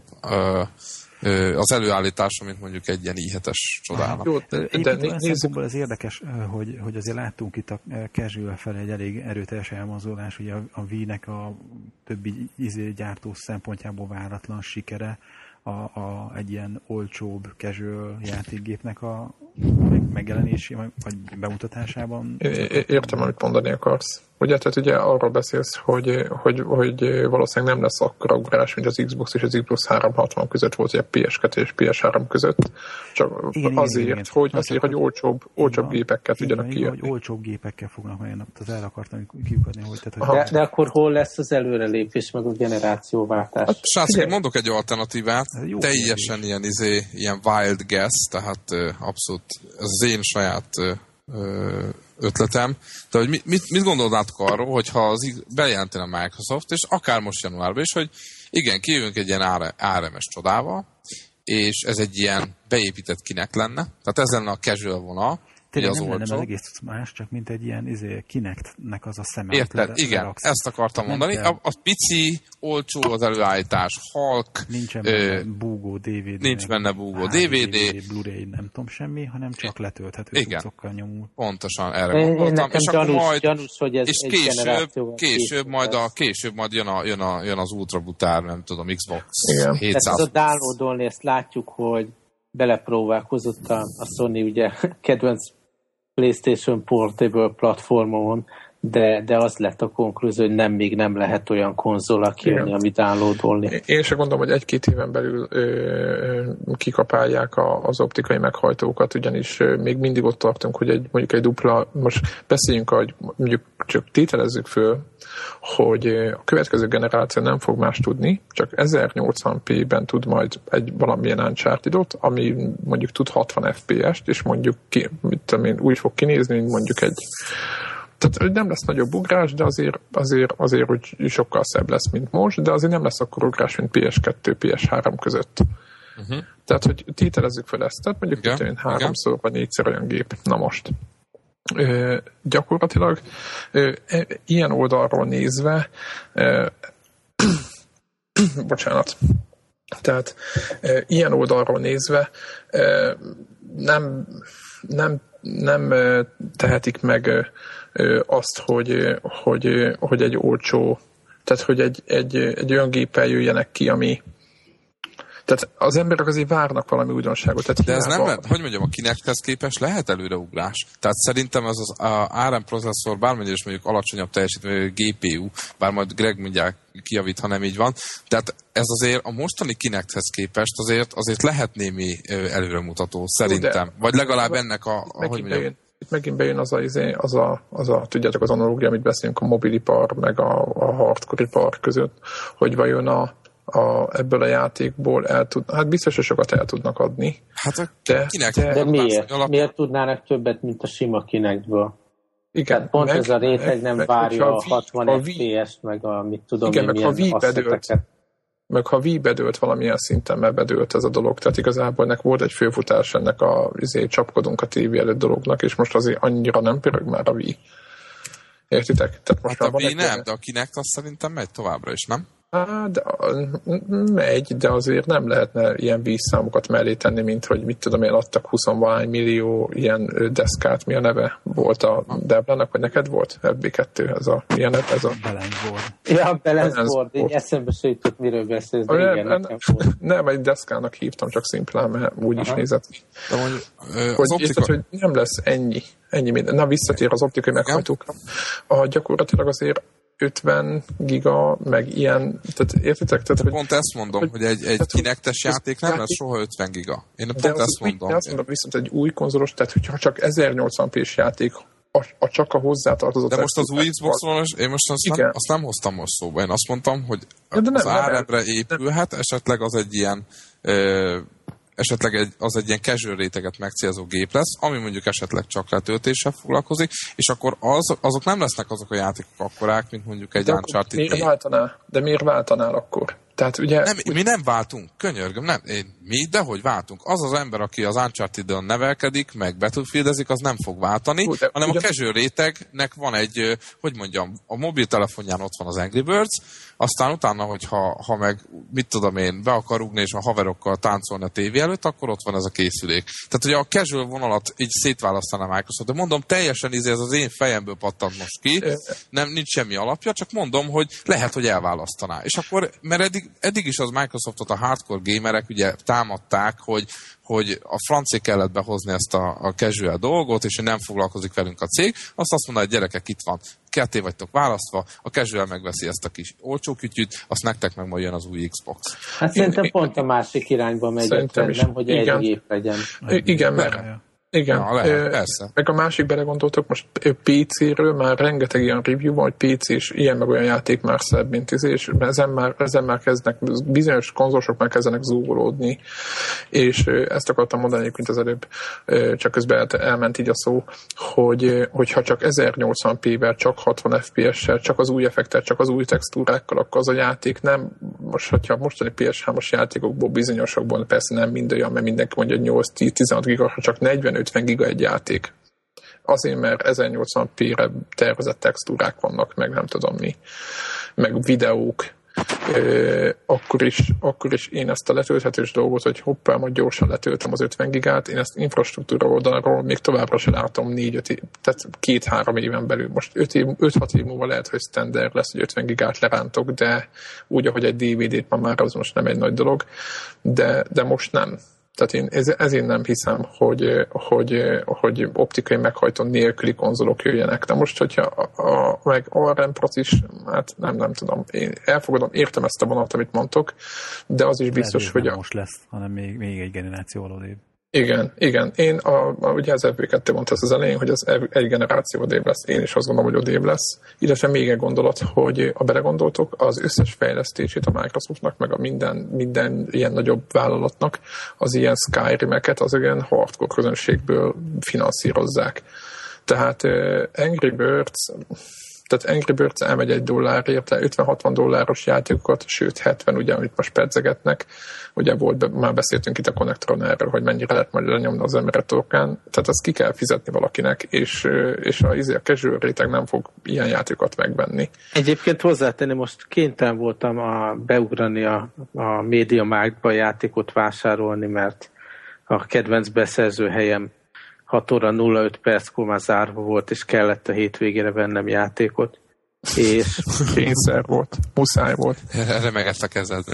az előállítása, mint mondjuk egy ilyen i hetes csodának. Jó, de, de olyan szempontból ez érdekes, hogy, hogy azért láttunk itt a casual felé egy elég erőteljes elmozdulás, ugye a, a Wii-nek a többi izé gyártó szempontjából váratlan sikere, a, a, egy ilyen olcsóbb casual játékgépnek a meg, megjelenésében, vagy bemutatásában. É, értem, amit mondani akarsz. Ugye, tehát ugye arról beszélsz, hogy, hogy, hogy valószínűleg nem lesz akkora ugrás, mint az Xbox és az Xbox háromszázhatvan között volt, ugye pé es kettő és pé es három között. Csak igen, azért, igen, hogy, igen. azért, hogy olcsóbb, olcsóbb gépekkel tudjanak kijönni. Hogy olcsóbb gépekkel fognak majd, az el akartam kiukadni, hogy... Tehát, hogy de, de akkor hol lesz az előrelépés, meg a generációváltás? Hát, srácok, mondok egy alternatívát, teljesen is. ilyen, izé, ilyen wild guess, tehát uh, abszolút ez az én saját uh, ötletem. De hogy mit, mit, mit gondolnátok arról, hogyha az bejelentene a Microsoft, és akár most januárban is, hogy igen, kijövünk egy ilyen á er em-es csodával, és ez egy ilyen beépített Kinect lenne, tehát ez lenne a casual vonal, tényleg nem lenne az egész más, csak mint egy ilyen izé, Kinectnek az a szeme. Érted, le, igen, leraksz. Ezt akartam nem mondani. A, a pici, olcsó az előállítás, halk. Nincsen benne ö, búgó dé vé dé. Nincs benne búgó dé vé dé. Blu-ray, nem tudom semmi, hanem csak letölthető cuccokkal nyomul. Pontosan erre én, gondoltam. Én és akkor gyanús, majd, gyanús, hogy ez és később, később, majd a, később majd jön, a, jön, a, jön az ultrabutár, nem tudom, Xbox igen. hétszáz. Tehát ez a downloadolni, ezt látjuk, hogy belepróbálkozott a, a Sony, ugye, kedvenc PlayStation Portable platformon, de, de az lett a konklúzió, hogy nem, még nem lehet olyan konzol, aki jönni, amit downloadolni. Én sem gondolom, hogy egy-két éven belül ö, ö, kikapálják a, az optikai meghajtókat, ugyanis ö, még mindig ott tartunk, hogy egy, mondjuk egy dupla, most beszéljünk, hogy mondjuk csak tételezzük föl, hogy a következő generáció nem fog más tudni, csak ezernyolcvan pé-ben tud majd egy valamilyen Uncharted-ot, ami mondjuk tud hatvan ef pé est, és mondjuk ki, mit tudom én, úgy fog kinézni, mint mondjuk egy... Tehát nem lesz nagyobb ugrás, de azért, azért, azért hogy sokkal szebb lesz, mint most, de azért nem lesz akkor ugrás, mint pé es kettő, pé es három között. Uh-huh. Tehát, hogy tételezzük fel ezt, tehát mondjuk igen, itt háromszor vagy négyszer olyan gép. Na most. Ö, gyakorlatilag ö, e, ilyen oldalról nézve ö, bocsánat. Tehát ö, ilyen oldalról nézve ö, nem, nem, nem ö, tehetik meg ö, azt, hogy, hogy, hogy egy olcsó, tehát hogy egy, egy, egy olyan géppel jöjjenek ki, ami tehát az emberek azért várnak valami újdonságot. Tehát de ez nem lehet, hogy mondjam, a Kinecthez képest lehet előreugrás. Tehát szerintem ez az á er em processzor, bármennyire is mondjuk alacsonyabb teljesítményű gé pé u, bár majd Greg mindjárt kijavít, ha nem így van. Tehát ez azért a mostani Kinecthez képest azért, azért lehet némi előremutató, szerintem. De, Vagy legalább ennek a, a hogy mondjam, itt megint bejön az a, az a, az a tudjátok, az analógia, amit beszélünk a mobilipar, meg a, a hardcore ipar között, hogy vajon a, a, ebből a játékból el tud, hát biztos, hogy sokat el tudnak adni. Hát de, kinek? De, de miért? Alap... Miért tudnának többet, mint a sima Kinectből? Igen. Tehát pont meg, ez a réteg meg, nem meg, várja a hatvan a ef pé es-t, meg a mit tudom igen, én, meg milyen asszeteket. Meg ha Wii bedőlt valamilyen szinten, mert bedőlt ez a dolog. Tehát igazából ennek volt egy főfutás ennek a izé, csapkodunk a tévé előtt dolognak, és most azért annyira nem pörög már a Wii. Értitek? Tehát most hát a Wii nem, de a Kinect azt szerintem megy továbbra is, nem? Á, de, megy, de azért nem lehetne ilyen Wii számokat mellé tenni, mint hogy mit tudom én, adtak huszonvalány millió ilyen deszkát, mi a neve volt a Deblának, vagy neked volt? ef bé kettő, ez a, milyen neve? Ez a... Balance board. Ja, balance board, így eszembe se jutott, miről beszélsz, de nem, igen, nem, nekem volt. Nem, egy deszkának hívtam, csak szimplán, mert úgy is nézett ki. De mondjuk, ö, hogy, optika... érted, hogy nem lesz ennyi, ennyi minden. Na, visszatér az optikai meghajtókra. A gyakorlatilag azért ötven giga, meg ilyen, tehát értitek? Tehát, hogy, pont ezt mondom, hogy, hogy egy, egy Kinectes játék nem lesz soha ötven giga. Én pont ezt az mondom. De azt mondom, viszont egy új konzolos, tehát hogyha csak ezernyolcvan pés játék, a, a csak a hozzátartozó... De most az új Xboxon, én most azt nem, azt nem hoztam most szóba. Én azt mondtam, hogy ja, nem, az nem, árebre épülhet, nem. esetleg az egy ilyen... Ö, esetleg egy, az egy ilyen casual réteget megcélzó gép lesz, ami mondjuk esetleg csak letöltéssel foglalkozik, és akkor az, azok nem lesznek azok a játékok akkorák, mint mondjuk egy Uncharted. Miért váltanál? De miért váltanál akkor? Tehát ugye... Nem, mi nem váltunk, könyörgöm, nem, én, mi, dehogy váltunk. Az az ember, aki az Uncharted-on nevelkedik, meg Battlefieldezik, az nem fog váltani, Hú, hanem ugyan... a casual rétegnek van egy, hogy mondjam, a mobiltelefonján ott van az Angry Birds, aztán utána, hogyha ha meg, mit tudom én, be akar rúgni és a haverokkal táncolni a tévé előtt, akkor ott van ez a készülék. Tehát ugye a casual vonalat így szétválasztaná Microsoft, de mondom, teljesen izé, ez az én fejemből pattant most ki, nem, nincs semmi alapja, csak mondom, hogy lehet, hogy elválasztaná. És akkor, mert eddig, eddig is az Microsoftot a hardcore gamerek ugye támadták, hogy, hogy a francia kellett behozni ezt a, a casual dolgot, és hogy nem foglalkozik velünk a cég, azt azt mondta, hogy gyerekek, itt van, ketté vagytok választva, a casual megveszi ezt a kis olcsó kütyűt, azt nektek meg majd jön az új Xbox. Hát szerintem pont a másik irányba megy, nem, hogy egy gép legyen. Igen, mert igen, ja, lehet, persze. Meg a másik belegondoltok, most pé céről már rengeteg ilyen review van, hogy pé cé és ilyen meg olyan játék már szebb, mint tíz, és ezen már, ezen már kezdnek, bizonyos konzolosok már kezdenek zúgolódni, és ezt akartam mondani egyébként az előbb, csak közben elment így a szó, hogy, hogyha csak ezernyolcvan pé-vel, csak hatvan ef pé es-sel, csak az új effektet, csak az új textúrákkal, akkor az a játék nem, most, hogyha mostani pé es hármas játékokból, bizonyosokból, persze nem mind olyan, mert mindenki mondja, hogy nyolc-tíz-tizenhat giga, csak negyven-ötven giga egy játék. Azért, mert ezernyolcvan pé-re tervezett textúrák vannak, meg nem tudom mi, meg videók, euh, akkor, is, akkor is én ezt a letölthetős dolgot, hogy hoppá, majd gyorsan letöltöm az ötven gigát, én ezt infrastruktúra oldalról még továbbra sem látom négy-öt év, tehát két-három éven belül. Most öt-hat év múlva lehet, hogy standard lesz, hogy ötven gigát lerántok, de úgy, ahogy egy dé vé dét ma már az most nem egy nagy dolog, de, de most nem. Tehát én ez, ezért nem hiszem, hogy, hogy, hogy optikai meghajtó nélküli konzolok jöjjenek. De most, hogyha a, a, meg a RAM procis, hát nem, nem tudom. Én elfogadom, értem ezt a vonalat, amit mondtok, de az is biztos, hogy... Nem a... most lesz, hanem még, még egy generáció odébb. Igen, igen. Én, a, a, ugye az ef bé kettő mondta ezt az elején, hogy az egy generáció odébb lesz. Én is azt gondolom, hogy odébb lesz. Illetve még egy gondolat, hogy a belegondoltok, az összes fejlesztését a Microsoftnak, meg a minden, minden ilyen nagyobb vállalatnak, az ilyen Skyrim-eket az ilyen hardcore közönségből finanszírozzák. Tehát uh, Angry Birds... Tehát Angry Birds elmegy egy dollárért, ötven-hatvan dolláros játékokat, sőt hetven, ugye, amit most pedzegetnek. Ugye volt, már beszéltünk itt a Connectron erről, hogy mennyire lehet majd lenyomni az emberet torkán. Tehát azt ki kell fizetni valakinek, és, és a, a casual réteg nem fog ilyen játékokat megvenni. Egyébként hozzátenni, most kénytelen voltam a, beugrani a, a MediaMarktba játékot vásárolni, mert a kedvenc beszerző helyem hat óra nulla öt perckor már zárva volt, és kellett a hétvégére vennem játékot. És... Kényszer volt. Muszáj volt. Remegett a kezed.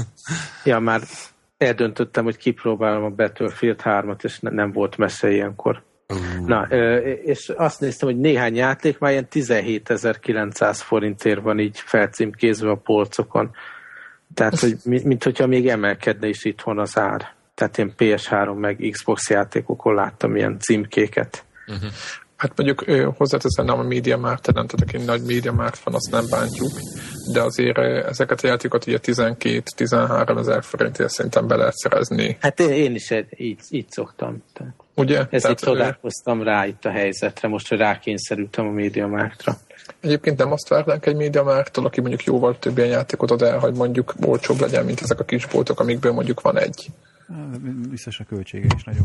Ja, már eldöntöttem, hogy kipróbálom a Battlefield hármat, és nem volt messze ilyenkor. Uh. Na, és azt néztem, hogy néhány játék már ilyen tizenhétezer-kilencszáz forintért van így felcímkézve a polcokon. Tehát, hogy mint hogyha még emelkedne is itthon az ár. Tehát én pé es három meg Xbox játékokon láttam ilyen címkéket. Uh-huh. Hát mondjuk hozzáteszem, nem a MediaMarkt, nem tehát aki nagy MediaMarkt van, azt nem bántjuk, de azért ezeket a játékokat ugye tizenkét-tizenhárom ezer forintért szerintem be lehet szerezni. Hát én is így, így szoktam. Tehát ugye? Ezért csodálkoztam rá itt a helyzetre, most, hogy rákényszerültem a MediaMarktra. Egyébként nem azt várnánk egy MediaMarkttól, aki mondjuk jóval több ilyen játékot ad el, hogy mondjuk olcsóbb legyen, mint ezek a kisboltok, amikből mondjuk van egy. Biztos a költsége is nagyobb.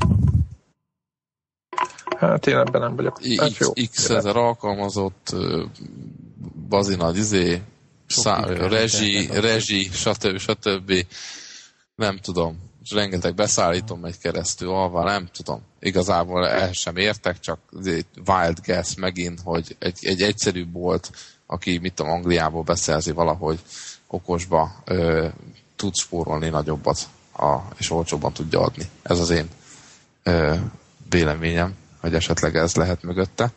Hát én ebben nem vagyok. Hát jó. X ezer alkalmazott, bazina, izé, szá- rezsi, rezsi, stb. stb. Nem tudom. És rengeteg beszállítom megy keresztül, alva, nem tudom. Igazából ehhez sem értek, csak wild guess megint, hogy egy, egy egyszerű bolt, aki, mit tudom, Angliából beszerzi valahogy okosba, ö, tud spórolni nagyobbat, a, és olcsóbban tudja adni. Ez az én ö, véleményem, hogy esetleg ez lehet mögötte.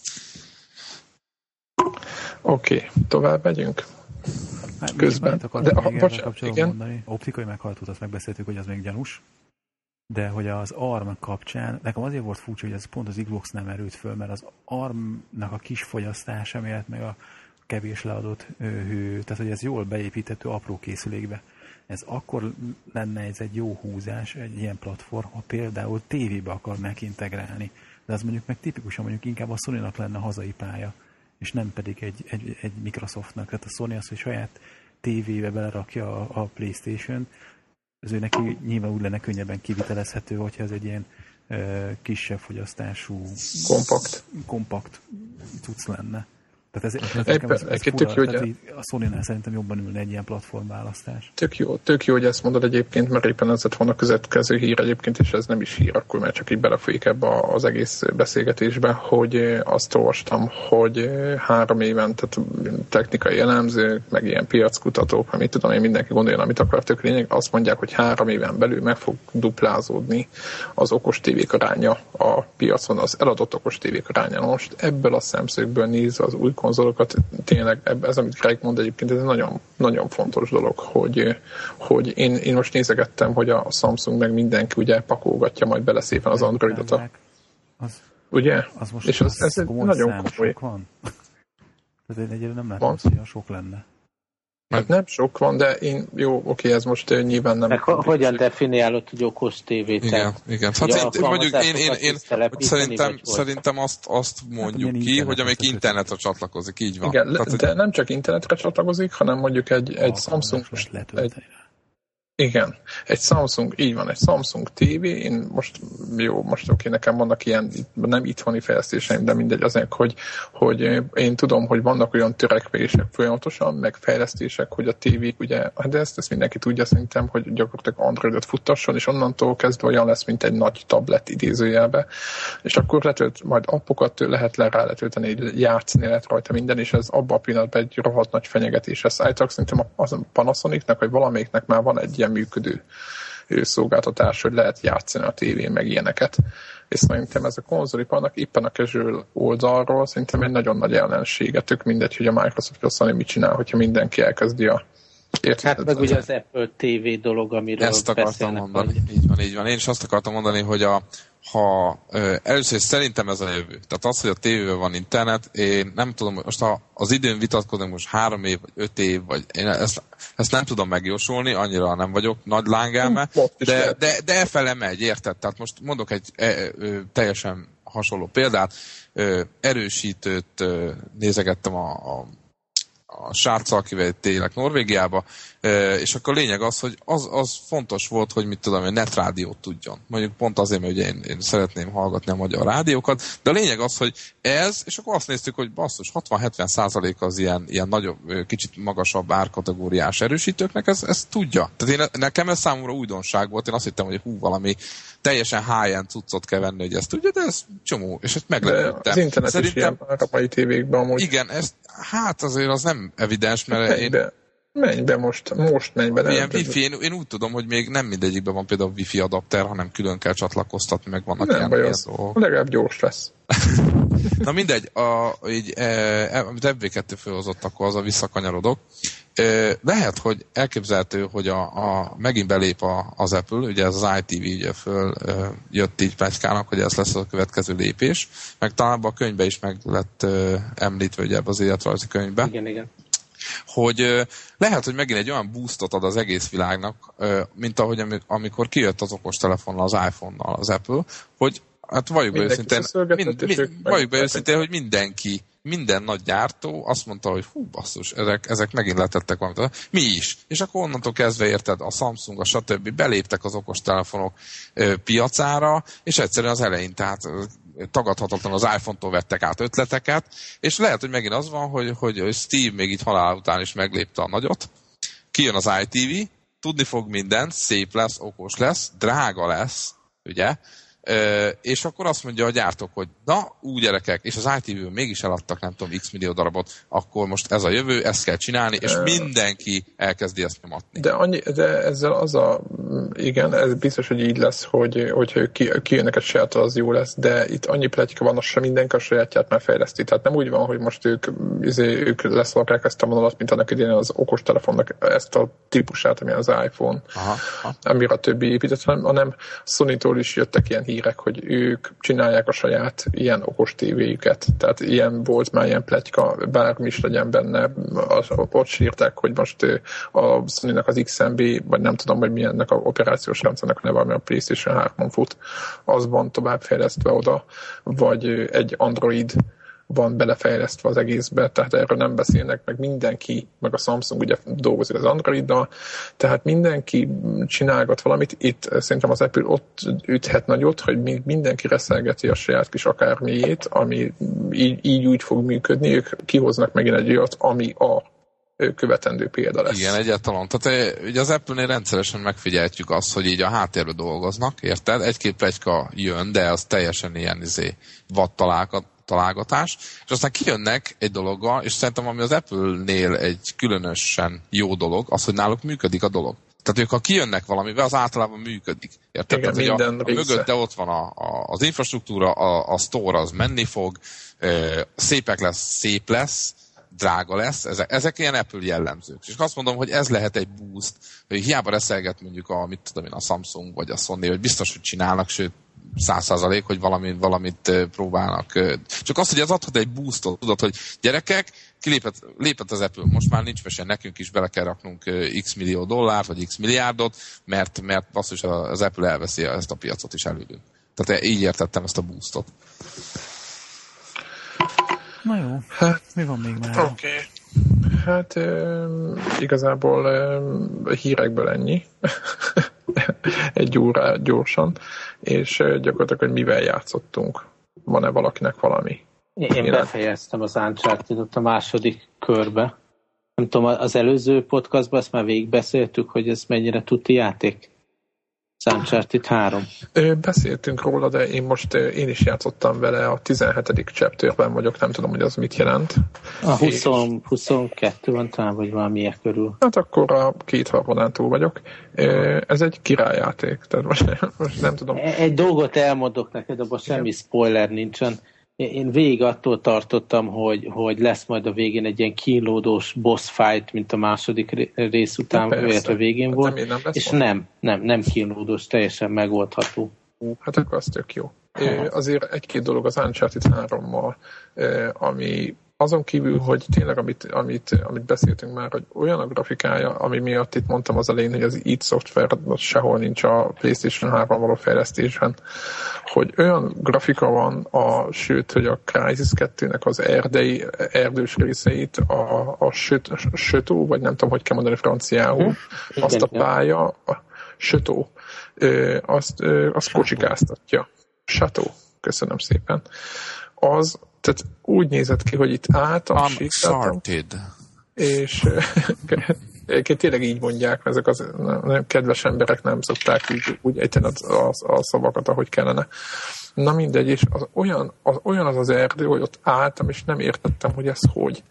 Oké, okay, tovább megyünk. Hát, közben. De a, bocs, igen. Mondani. Optikai meghallgatót, azt megbeszéltük, hogy az még gyanús, de hogy az á er em kapcsán, nekem azért volt furcsa, hogy ez pont az Xbox nem erőt föl, mert az á er em-nak a kis fogyasztása miatt, meg a kevés leadott hő, tehát hogy ez jól beépíthető apró készülékbe. Ez akkor lenne ez egy jó húzás, egy ilyen platform, ha például tévébe akarnák integrálni. De az mondjuk meg tipikusan mondjuk inkább a Sony-nak lenne hazai pálya, és nem pedig egy, egy, egy Microsoftnak. Tehát a Sony az, hogy saját tévébe belerakja a, a PlayStation, az ő neki nyilván úgy lenne könnyebben kivitelezhető, hogyha ez egy ilyen ö, kisebb fogyasztású kompakt, kompakt cucc lenne. Tehát ez, ez, ez, ez, ez fura, jó, tehát a Sony-nál szerintem jobban ülne egy ilyen platformválasztás. Tök jó, tök jó, hogy ezt mondod egyébként, mert éppen ez lett volna a következő hír egyébként, és ez nem is hír, akkor már csak így belefolyik ebbe az egész beszélgetésbe, hogy azt olvastam, hogy három éven, tehát technikai elemzők, meg ilyen piackutatók, amit tudom én, mindenki gondolja, amit akar, tök lényeg, azt mondják, hogy három éven belül meg fog duplázódni az okos tévék aránya a piacon, az eladott okos tévék aránya. Most ebből a szemszögből nézve az új konzolokat, tényleg ez, amit Greg mond egyébként, ez egy nagyon, nagyon fontos dolog, hogy, hogy én, én most nézegettem, hogy a Samsung meg mindenki ugye pakolgatja majd bele szépen az Androidot. A, az, ugye? Az most és az, ez egy nagyon komoly. Van? Tehát egyébként nem látom, hogy olyan sok lenne. Hát nem sok van, de én, jó, oké, ez most nyilván nem... Meg hogyan definiálod, hogy okos tévét? Igen, igen. Hát én, mondjuk én, én, én szerintem, szerintem azt, azt mondjuk hát, ki, hogy amelyik internetre csatlakozik, így van. Igen, tehát, de nem csak internetre csatlakozik, hanem mondjuk egy, egy Samsung... Egy, igen, egy Samsung, így van, egy Samsung tévé, én most, jó, most oké, nekem vannak ilyen, nem itthoni fejlesztéseim, de mindegy, azért, hogy, hogy én tudom, hogy vannak olyan törekvések folyamatosan, meg fejlesztések, hogy a tévék, ugye, de ezt, ezt mindenki tudja szerintem, hogy gyakorlatilag Androidot futtasson, és onnantól kezdve olyan lesz, mint egy nagy tablet idézőjelbe, és akkor letölt, majd appokat lehet le rá letölteni, játszani lehet rajta minden, és ez abban a pillanatban egy rohadt nagy fenyegetés. Ez állítólag szerintem a Panasonicnak, vagy valamelyiknek már van egy ilyen működő szolgáltatás, hogy lehet játszani a tévén, meg ilyeneket. És szerintem ez a konzoliparnak éppen a casual oldalról szerintem egy nagyon nagy ellensége. Tök mindegy, hogy a Microsoft a Sony mit csinál, hogyha mindenki elkezdi a Hát meg ugye az Apple té vé dolog, amiről ezt akartam mondani. Van. Így van, így van. Én is azt akartam mondani, hogy a, ha ö, először szerintem ez a jövő. Tehát az, hogy a tévében van internet, én nem tudom, most ha az időn vitatkozunk most három év, vagy öt év, vagy én ezt, ezt nem tudom megjósolni, annyira nem vagyok nagy lángelme, de, de, de efele megy, érted? Tehát most mondok egy e, e, teljesen hasonló példát. E, erősítőt e, nézegettem a, a a sráccal, akivel tényleg Norvégiába, és akkor a lényeg az, hogy az, az fontos volt, hogy mit tudom, hogy netrádiót tudjon. Mondjuk pont azért, mert ugye én, én szeretném hallgatni a magyar rádiókat, de a lényeg az, hogy ez, és akkor azt néztük, hogy basszus, hatvan-hetven százalék az ilyen, ilyen nagyobb, kicsit magasabb árkategóriás erősítőknek, ez, ez tudja. Tehát én, nekem ez számomra újdonság volt, én azt hittem, hogy hú, valami teljesen high-end cuccot kell venni, hogy ezt tudja, de ez csomó, és ezt meglepődtem. Az internet szerintem, is ilyen a mai tévékben amúgy. Igen, ezt, hát azért az nem evidens, mert menj én... Be. Menj be most, most menj be. Ilyen wifi, én, én úgy tudom, hogy még nem mindegyikben van például wifi adapter, hanem külön kell csatlakoztatni, meg vannak nem ilyen, baj, ilyen az dolgok. Legalább gyors lesz. Na mindegy, a, így, e, amit F B kettő fölhozott, akkor az a visszakanyarodok. Lehet, hogy elképzelhető, hogy a, a, megint belép a, az Apple, ugye ez az i té vé ugye föl jött így pletykának, hogy ez lesz a következő lépés, meg talán a könyvbe is meg lett említve, ugye ebbe az életrajzi könyvbe. Igen, igen. Hogy lehet, hogy megint egy olyan boostot ad az egész világnak, mint ahogy amikor kijött az okostelefonnal, az iPhone-nal az Apple, hogy hát valljuk be őszintén, mind, mind, valljuk be őszintén, hogy mindenki, minden nagy gyártó azt mondta, hogy hú, basszus, ezek, ezek megint letettek valamit. Mi is. És akkor onnantól kezdve érted, a Samsung, a stb. Beléptek az okostelefonok ö, piacára, és egyszerűen az elején, tehát tagadhatatlan az iPhone-tól vettek át ötleteket, és lehet, hogy megint az van, hogy, hogy Steve még így halál után is meglépte a nagyot, kijön az i té vé, tudni fog mindent, szép lesz, okos lesz, drága lesz, ugye, Uh, és akkor azt mondja a gyártók, hogy na, úgy gyerekek, és az i té vé-ből mégis eladtak, nem tudom, x millió darabot, akkor most ez a jövő, ezt kell csinálni, és mindenki elkezdi ezt nyomatni. De, annyi, de ezzel az a, igen, ez biztos, hogy így lesz, hogy, hogyha ők kijönnek egy sajától, az jó lesz, de itt annyi pletyka van, az sem mindenki a sajátját már fejleszti. Tehát nem úgy van, hogy most ők, ők leszarják ezt a vonalat, mint annak idején az okostelefonnak ezt a típusát, ami az iPhone, aha, aha. amire a többi épített, hanem Sony-tól is jöttek ilyen hírek, hogy ők csinálják a saját ilyen okos tévéjüket. Tehát ilyen volt már ilyen pletyka, bármi is legyen benne. Az, ott sírták, hogy most a Sony-nak az iksz em bé, vagy nem tudom, hogy milyennek a operációs rendszernek neve, ami a PlayStation hármon fut, az van továbbfejlesztve oda, vagy egy Android van belefejlesztve az egészbe, tehát erről nem beszélnek, meg mindenki, meg a Samsung ugye dolgozik az Androiddal, tehát mindenki csinálgat valamit, itt szerintem az Apple ott üthet nagyot, hogy még mindenki reszelgeti a saját kis akármiét, ami így, így úgy fog működni, ők kihoznak megint egy olyat, ami a követendő példa lesz. Igen, egyáltalán. Tehát ugye az Apple-nél rendszeresen megfigyeltjük azt, hogy így a háttérben dolgoznak, érted? Egy-két pletyka jön, de az teljesen ilyen izé, vadtalálkat találgatás, és aztán kijönnek egy dologgal, és szerintem ami az Apple-nél egy különösen jó dolog, az, hogy náluk működik a dolog. Tehát ők, ha kijönnek valamivel, az általában működik. Érted? Igen, Tehát, minden a, a mögötte ott van a, a, az infrastruktúra, a, a store az menni fog, szépek lesz, szép lesz, drága lesz, ezek, ezek ilyen Apple jellemzők. És azt mondom, hogy ez lehet egy boost, hogy hiába reszelget mondjuk a, mit tudom én, a Samsung vagy a Sony, hogy biztos, hogy csinálnak, sőt, száz százalék, hogy valamit, valamit próbálnak. Csak azt, hogy ez adhat egy boostot, tudod, hogy gyerekek, kilépett lépett az Apple, most már nincs mese, nekünk is bele kell raknunk x millió dollárt, vagy x milliárdot, mert, mert basszus, az Apple elveszi ezt a piacot is előlünk. Tehát így értettem ezt a boostot. Na jó, hát, mi van még már? Oké. Okay. Hát e, igazából e, hírekből ennyi. Egy óra gyorsan. És e, gyakorlatilag, hogy mivel játszottunk. Van-e valakinek valami? Én, Én befejeztem az Uncharted-ot a második körbe. Nem tudom, az előző podcastban ezt már végigbeszéltük, hogy ez mennyire tuti játék? Az Uncharted három. Beszéltünk róla, de én most én is játszottam vele, a tizenhetedik chapterben vagyok, nem tudom, hogy az mit jelent. A húsz, huszonkettő van talán, vagy valamiért körül. Hát akkor a két harmadán túl vagyok. Ez egy királyjáték, tehát most, most nem tudom. Egy dolgot elmondok neked, abban semmi spoiler nincsen. Én végig attól tartottam, hogy, hogy lesz majd a végén egy ilyen kínlódós boss fight, mint a második rész után, illetve végén volt, nem, nem és volt. nem, nem, nem kínlódós, teljesen megoldható. Hát akkor az tök jó. É, azért egy-két dolog az Uncharted hárommal, ami azon kívül, hogy tényleg, amit, amit, amit beszéltünk már, hogy olyan a grafikája, ami miatt itt mondtam az elején, hogy az id Software sehol nincs a PlayStation háromon való fejlesztésben, hogy olyan grafika van, a, sőt, hogy a Crysis kettőnek az erdei, erdős részeit, a, a söt, sötó, vagy nem tudom, hogy kell mondani franciául, hm? azt a pálya, a sötó, azt, azt kocsikáztatja. Chateau, köszönöm szépen. Az, tehát úgy nézett ki, hogy itt álltam, Uncharted. És tényleg így mondják, ezek az nem, kedves emberek nem szokták úgy, úgy ejteni a, a, a szavakat, ahogy kellene. Na mindegy, és az olyan az, olyan az, az erdő, hogy ott álltam, és nem értettem, hogy ez hogy.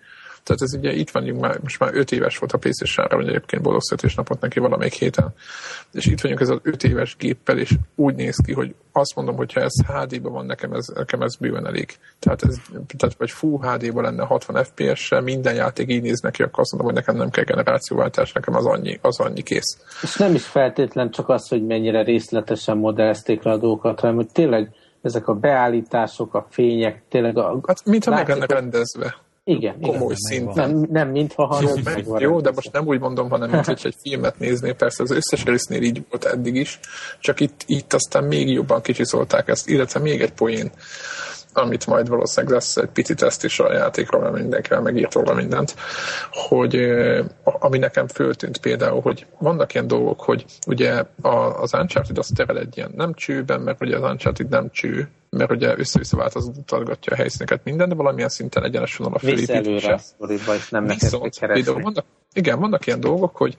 Tehát ez ugye itt vagyunk már, most már öt éves volt a PlayStation-ra, hogy egyébként boldog születésnapot neki valamelyik héten. És itt vagyunk ez az öt éves géppel, és úgy néz ki, hogy azt mondom, hogyha ez há dé-ben van, nekem ez, nekem ez bőven elég. Tehát, ez, tehát vagy Full há dé-ben lenne hatvan ef pé es-sel, minden játék így néz neki, akkor azt mondom, hogy nekem nem kell generációváltás, nekem az annyi, az annyi kész. És nem is feltétlen csak az, hogy mennyire részletesen modellezték le a dolgokat, hanem hogy tényleg ezek a beállítások, a fények, tényleg a... Hát mintha meg lenne rendezve. Igen, komoly igen. Nem, nem mintha hanem meg van. Jó, de most nem úgy mondom, hanem mint hogy egy filmet néznél, persze az összes résznél így volt eddig is, csak itt, itt aztán még jobban kicsiszolták ezt, illetve még egy poén, amit majd valószínűleg lesz egy pici teszt is a játékról, mert mindenkivel megírt róla mindent, hogy ami nekem föltűnt például, hogy vannak ilyen dolgok, hogy ugye az Uncharted azt terel egy ilyen nem csőben, mert ugye az Uncharted nem cső, mert ugye össze-vissza változtatgatja a helyszíneket minden, de valamilyen szinten egyenes vonal a felépítése. Viszont például vannak, igen, vannak ilyen dolgok, hogy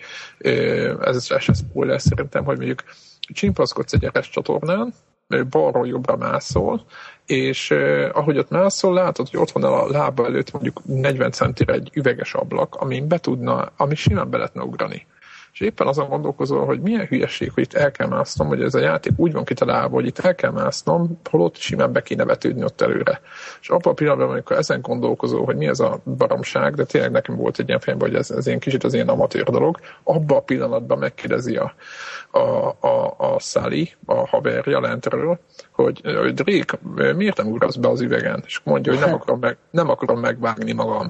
ez se spoiler szerintem, hogy mondjuk csimpaszkodsz egy eres csatornán, balról jobbra mászol, és eh, ahogy ott mászol, látod, hogy ott van a lába előtt mondjuk negyven centire egy üveges ablak, amin be tudna, ami simán be lehetne ugrani. És éppen azon gondolkozol, hogy milyen hülyeség, hogy itt el kell másznom, hogy ez a játék úgy van kitalálva, hogy itt el kell másznom, holott simán be kéne vetődni ott előre. És abban a pillanatban, amikor ezen gondolkozol, hogy mi ez a baromság, de tényleg nekem volt egy ilyen fejemben, hogy ez, ez ilyen kicsit az ilyen amatőr dolog, abban a pillanatban megkérdezi a, a, a, a Sally, a haverja lentről, hogy, hogy Drake, miért nem ugrasz be az üvegen? És mondja, hogy nem akarom, meg, nem akarom megvágni magam.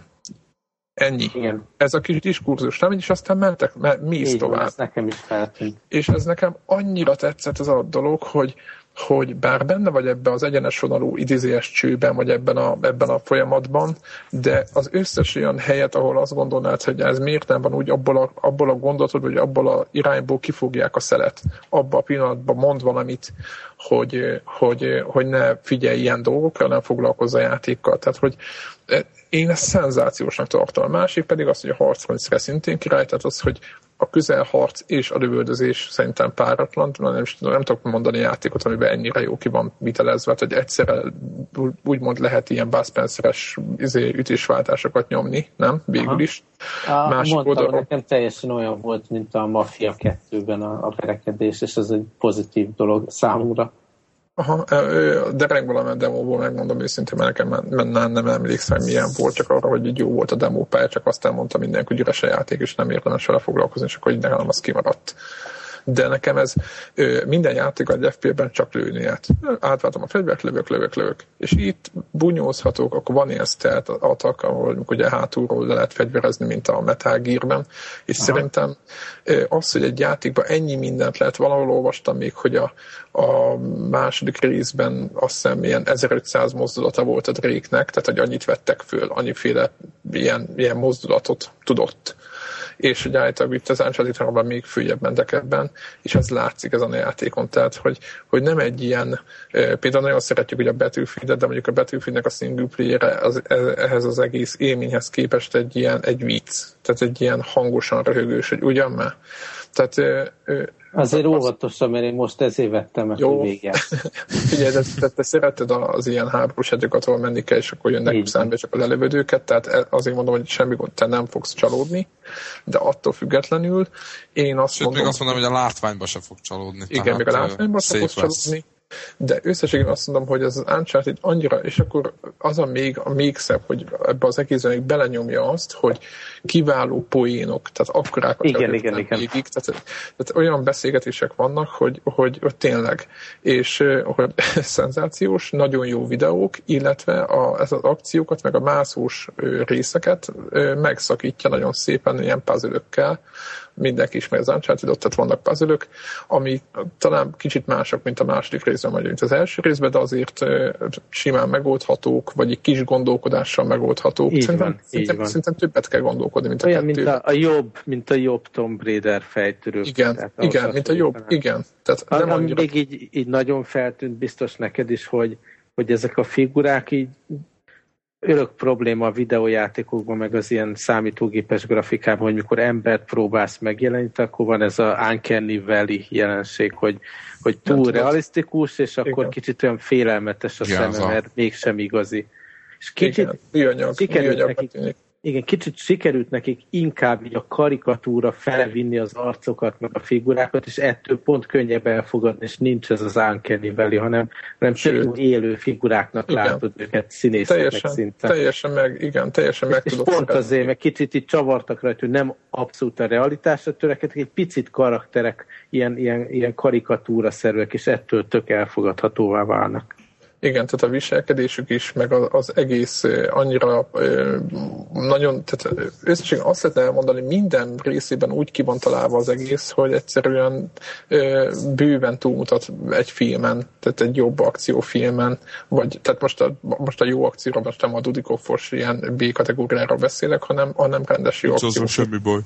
Ennyi. Igen. Ez a kis diskurzus nem, és aztán mentek, mert mi is tovább. Ez nekem is feltűnt. És ez nekem annyira tetszett ez a dolog, hogy, hogy bár benne vagy ebben az egyenes vonalú idézőjes csőben, vagy ebben a, ebben a folyamatban, de az összes olyan helyet, ahol azt gondolnád, hogy ez miért nem van úgy, abból a, abból a gondolatod, hogy abból a irányból kifogják a szelet. Abban a pillanatban mond valamit, hogy, hogy, hogy ne figyelj ilyen dolgokra, nem foglalkozz a játékkal. Tehát, hogy én ezt szenzációsnak tartom. A másik pedig az, hogy a harcrendszer szintén király, tehát az, hogy a közelharc és a lövöldözés szerintem páratlan, nem, nem, nem tudok mondani játékot, amiben ennyire jó ki van vitelezve, hogy egyszerre úgymond lehet ilyen Bud Spencer-es ütésváltásokat nyomni, nem? Végül is. A, Másik mondtam, oldalon... nekem teljesen olyan volt, mint a Mafia kettőben a, a verekedés, és ez egy pozitív dolog számomra. Aha, de valamely demóból megmondom őszintén, mert nekem nem, nem emlékszem, milyen volt, csak arra, hogy így jó volt a demópálya, csak aztán mondta mindenki, hogy üres a játék, és nem érdemes vele foglalkozni, és akkor így nekem az kimaradt. De nekem ez minden játék egy ef pé-ben csak lőni át. Átváltam a fegyvert, lövök, lövök, lövök. És itt bunyózhatok, akkor van ilyen stealth attack, ahol ugye hátulról le lehet fegyverezni, mint a Metal Gear-ben. És Aha. szerintem az, hogy egy játékban ennyi mindent lehet, valahol olvastam még, hogy a, a második részben azt hiszem ilyen ezerötszáz mozdulata volt a Drake-nek, tehát hogy annyit vettek föl, annyiféle ilyen, ilyen mozdulatot tudott. És hogy állítólag itt az Uncharted-ban még följebb mentek ebben, és ez látszik ezen a játékon. Tehát, hogy, hogy nem egy ilyen, például nagyon szeretjük ugye a Battlefield-et, de mondjuk a Battlefieldnek a single player az, ehhez az egész élményhez képest egy ilyen, egy vicc. Tehát egy ilyen hangosan röhögős, hogy ugyan már. Tehát, Azért az... óvatosan, mert én most ezért vettem meg a végét. Figyelj, de te, te szereted az ilyen háborús játékokat, ahol menni kell, és akkor jönnek számba csak a lelövödőket, tehát azért mondom, hogy semmi gond, te nem fogsz csalódni, de attól függetlenül én azt Sőt, mondom... még azt mondom, hogy a látványba se fog csalódni. Igen, még a látványba se fogsz csalódni. De összességében azt mondom, hogy ez az Uncharted annyira, és akkor az a még, a még szebb, hogy ebbe az egészben még belenyomja azt, hogy kiváló poénok, tehát akkorákat igen, igen, igen. végig, tehát, tehát olyan beszélgetések vannak, hogy, hogy, hogy tényleg, és hogy szenzációs, nagyon jó videók, illetve a, ez az akciókat, meg a mászós részeket megszakítja nagyon szépen ilyen puzzle-ökkel, mindenki ismeri az Uncharted-ot, tehát vannak puzzle-ök, ami talán kicsit mások, mint a második részben, vagy mint az első részben, de azért simán megoldhatók, vagy egy kis gondolkodással megoldhatók. Így szerintem, van, szerintem, így van. szerintem többet kell gondolkodni, mint a olyan, kettő. Mint a, a jobb, mint a jobb Tomb Raider fejtörők. Igen, tehát, igen, mint a jobb, hanem. Igen. Tehát a, nem ami annyira... még így, így nagyon feltűnt biztos neked is, hogy, hogy ezek a figurák így örök probléma a videójátékokban, meg az ilyen számítógépes grafikában, hogy mikor embert próbálsz megjeleníteni, akkor van ez a Uncanny Valley jelenség, hogy, hogy túl realisztikus, és akkor igen. Kicsit olyan félelmetes a ja, szeme, mert mégsem igazi. És kicsit műanyag, sikerült, nekik, igen, kicsit sikerült nekik inkább így a karikatúra felevinni az arcokat, meg a figurákat, és ettől pont könnyebb elfogadni, és nincs ez az uncanny valley, hanem, hanem tényleg élő figuráknak igen. látod őket színészeknek szinte. Teljesen meg, igen, teljesen meg és tudod. És pont szeretni. Azért, meg kicsit így csavartak rajta, hogy nem abszolút a realitásra törekedtek, egy picit karakterek, ilyen, ilyen, ilyen karikatúra-szerűek, és ettől tök elfogadhatóvá válnak. Igen, tehát a viselkedésük is, meg az, az egész annyira nagyon, tehát összesen azt lehetne elmondani, minden részében úgy ki van találva az egész, hogy egyszerűen bőven túlmutat egy filmen, tehát egy jobb akciófilmen, vagy, tehát most a, most a jó akcióra, most nem a Dudikoffos ilyen B-kategóriára beszélek, hanem, hanem rendes jó akció. Semmi baj.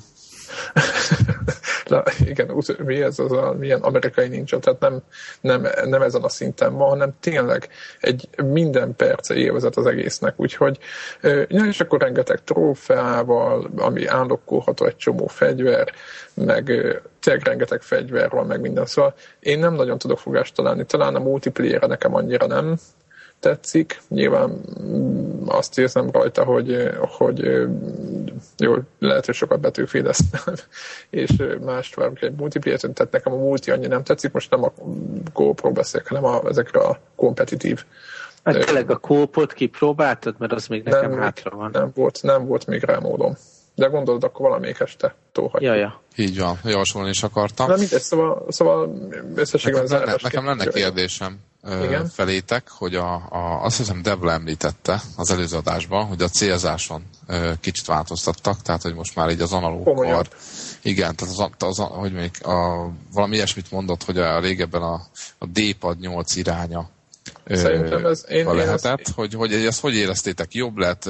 Na, igen, mi ez az a milyen amerikai ninja, tehát nem, nem, nem ezen a szinten van, hanem tényleg egy minden perce élvezet az egésznek, úgyhogy ja, és akkor rengeteg trófeával, ami állokkolható, egy csomó fegyver, meg tényleg rengeteg fegyver van, meg minden, szóval én nem nagyon tudok fogást találni, talán a multiplayer nekem annyira nem tetszik. Nyilván azt érzem rajta, hogy, hogy jó, lehet, hogy sokat betűféleztem, és mást várunk egy multiplayer-t, tehát nekem a multi annyi nem tetszik, most nem a GoPro beszélek, hanem a, ezekre a kompetitív. Hát tényleg a kópot kipróbáltad, mert az még nekem nem, hátra van. Nem volt, nem volt még rá módom. De gondolod, akkor valamelyik este tolhatjuk. Ja, ja. Így van, javasolni is akartam. Na mindegy, szóval, szóval összességben nekem, lenne, nekem lenne kérdésem igen? felétek, hogy a, a, azt hiszem Debla említette az előző adásban, hogy a célzáson kicsit változtattak, tehát hogy most már így az analóg kar. Igen, tehát az, az, az, hogy még a, valami ilyesmit mondott, hogy a régebben a, a D-pad nyolc iránya Szerintem ez én, lehetett, én hogy, hogy ezt hogy éreztétek? Jobb lett,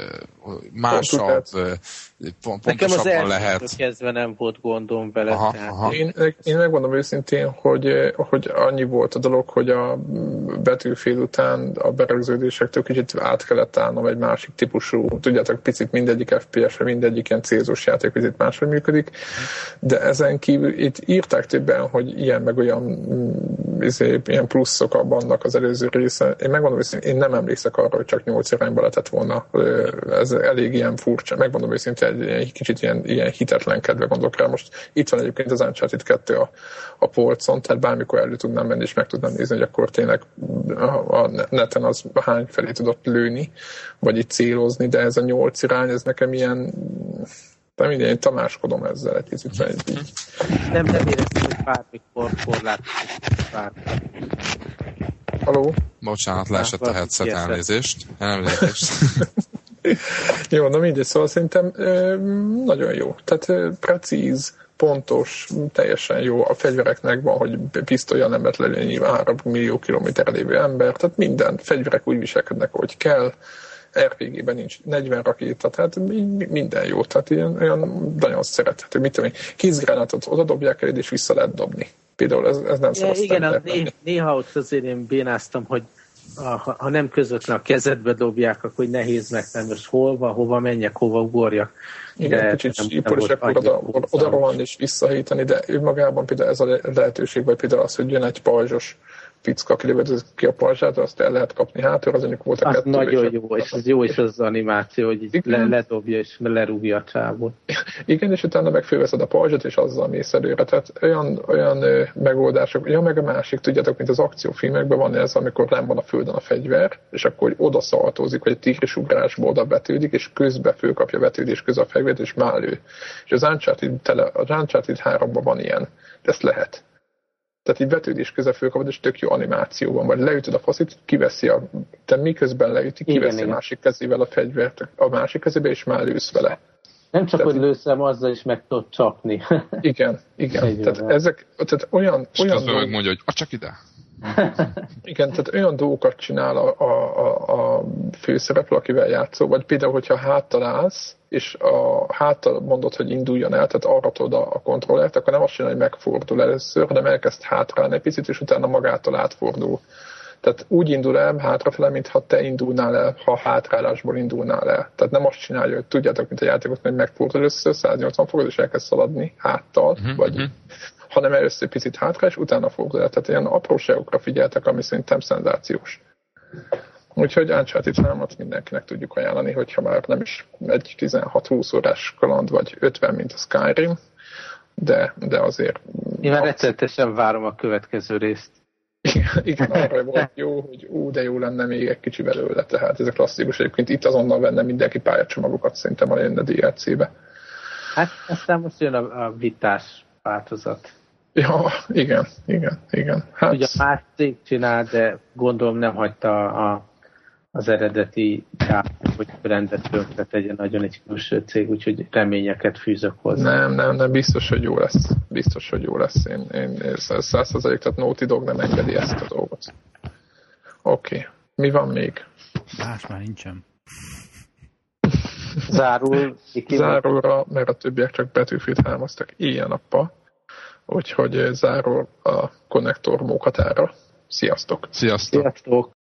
másabb, pont, pontosabban lehet? Kezdve nem volt gondom vele. Aha, aha. Én, én megmondom őszintén, hogy, hogy annyi volt a dolog, hogy a Battlefield után a berögződésektől kicsit át kellett állnom egy másik típusú, tudjátok, picit mindegyik ef pé es, mindegyik ilyen célzós játék picit máshogy működik, de ezen kívül itt írták többen, hogy ilyen meg olyan izé, ilyen pluszok vannak az előző része. Én megmondom őszintén, én nem emlékszek arra, hogy csak nyolc irányba lehetett volna. Ez elég ilyen furcsa. Megmondom őszintén, egy, egy kicsit ilyen, ilyen hitetlenkedve gondolok rá. Most itt van egyébként az Uncharted kettő a, a polcon, tehát bármikor elő tudnám menni, és meg tudnám nézni, hogy akkor tényleg a, a neten az hány felé tudott lőni, vagy itt célozni, de ez a nyolc irány, ez nekem ilyen de minden, én tamáskodom ezzel egy kicsit. Egy, nem, nem éreztem, hogy bármikor korlátozott bármikor. Haló? Bocsánat, leesett a headset, elnézést. Elnézést. Jó, na mindegy, szóval szerintem ö, nagyon jó. Tehát ö, precíz, pontos, teljesen jó. A fegyvereknek van, hogy pisztolyan nem lehet lelőni nyilván három millió kilométerre lévő ember, tehát minden fegyverek úgy viselkednek, ahogy kell. er pé gében nincs negyven rakéta, tehát minden jó, tehát ilyen, olyan nagyon szerethető. Mit tudom én, kézgránátot oda dobják el, és vissza lehet dobni. Például ez, ez nem ja, igen, a né- néha ott azért én bénáztam, hogy ha, ha nem közvetlen a kezedbe dobják, akkor nehéz megtenni, most hol van, hova menjek, hova ugorjak. Igen, kicsit sípol, és akkor oda, oda rohanni és visszahítani, de önmagában például ez a lehetőség, vagy például az, hogy jön egy pajzsos picka, aki lövedőzik ki a pajzsát, azt el lehet kapni hátul, az mondjuk volt a az kettő. Nagyon jó, és ez jó is az, az animáció, hogy így le, ledobja és lerúgja a csávot. Igen, és utána meg fölveszed a pajzsot, és azzal mész előre. Tehát olyan, olyan ö, megoldások, ja, meg a másik, tudjátok, mint az akciófilmekben van ez, amikor nem van a földön a fegyver, és akkor oda szaltózik, vagy egy tigrisugrásba oda vetődik, és közbe fölkapja vetődés közben a fegyvert, és már lő. És az Uncharted, tele, az Uncharted háromban van ilyen. De ezt lehet. Tehát így vetődés közben fölkapod, és tök jó animációban, vagy leütöd a faszit, kiveszi a, te miközben leüti, kiveszi igen, a másik kezével a fegyvert a másik kezébe, és már lősz vele. Nem csak, tehát, hogy lőszem, azzal is meg tudod csapni. Igen, igen. Tehát ezek, tehát olyan... És olyan közben megmondja, hogy a csak ide. Igen, tehát olyan dolgokat csinál a, a, a főszereplő, akivel játszol, vagy például, hogyha háttal állsz, és a háttal mondod, hogy induljon el, tehát arra tudod a kontrollert, akkor nem azt csinál, hogy megfordul először, hanem elkezd hátrálni egy picit, és utána magától átfordul. Tehát úgy indul el hátrafele, mintha te indulnál el, ha hátrálásból indulnál el. Tehát nem azt csinálja, hogy tudjátok, mint a játékot, hogy megfordul először száznyolcvan fokot, és elkezd szaladni háttal, uh-huh, vagy uh-huh. hanem először picit hátra, és utána fordul el. Tehát ilyen apróságokra figyeltek, ami szerintem szenzációs. Úgyhogy Uncharted hármat mindenkinek tudjuk ajánlani, hogyha már nem is egy tizenhat-húsz órás kaland, vagy ötven, mint a Skyrim, de, de azért... Én már rettenetesen várom a következő részt. Igen, igen, arra volt jó, hogy ú, de jó lenne még egy kicsi belőle, tehát ez a klasszikus. Egyébként itt azonnal venne mindenki pályacsomagokat szerintem a jönne dé el cé-be. Hát aztán most jön a, a vitás változat. Ja, igen, igen, igen. Hát... Ugye más cég csinál, de gondolom nem hagyta a, az eredeti gyártót, hogy rendet tönkre tegyen nagyon egy külső cég, úgyhogy reményeket fűzök hozzá. Nem, nem, nem, biztos, hogy jó lesz. Biztos, hogy jó lesz. Én, én, én száz százalék, tehát Naughty Dog nem engedi ezt a dolgot. Oké. Okay. Mi van még? Más már nincsen. Zárul. Zárulra, mert a többiek csak Battlefield hármaztak éjjel-nappal. Úgyhogy zárul a konnektor mókatára. Sziasztok! Sziasztok! Sziasztok!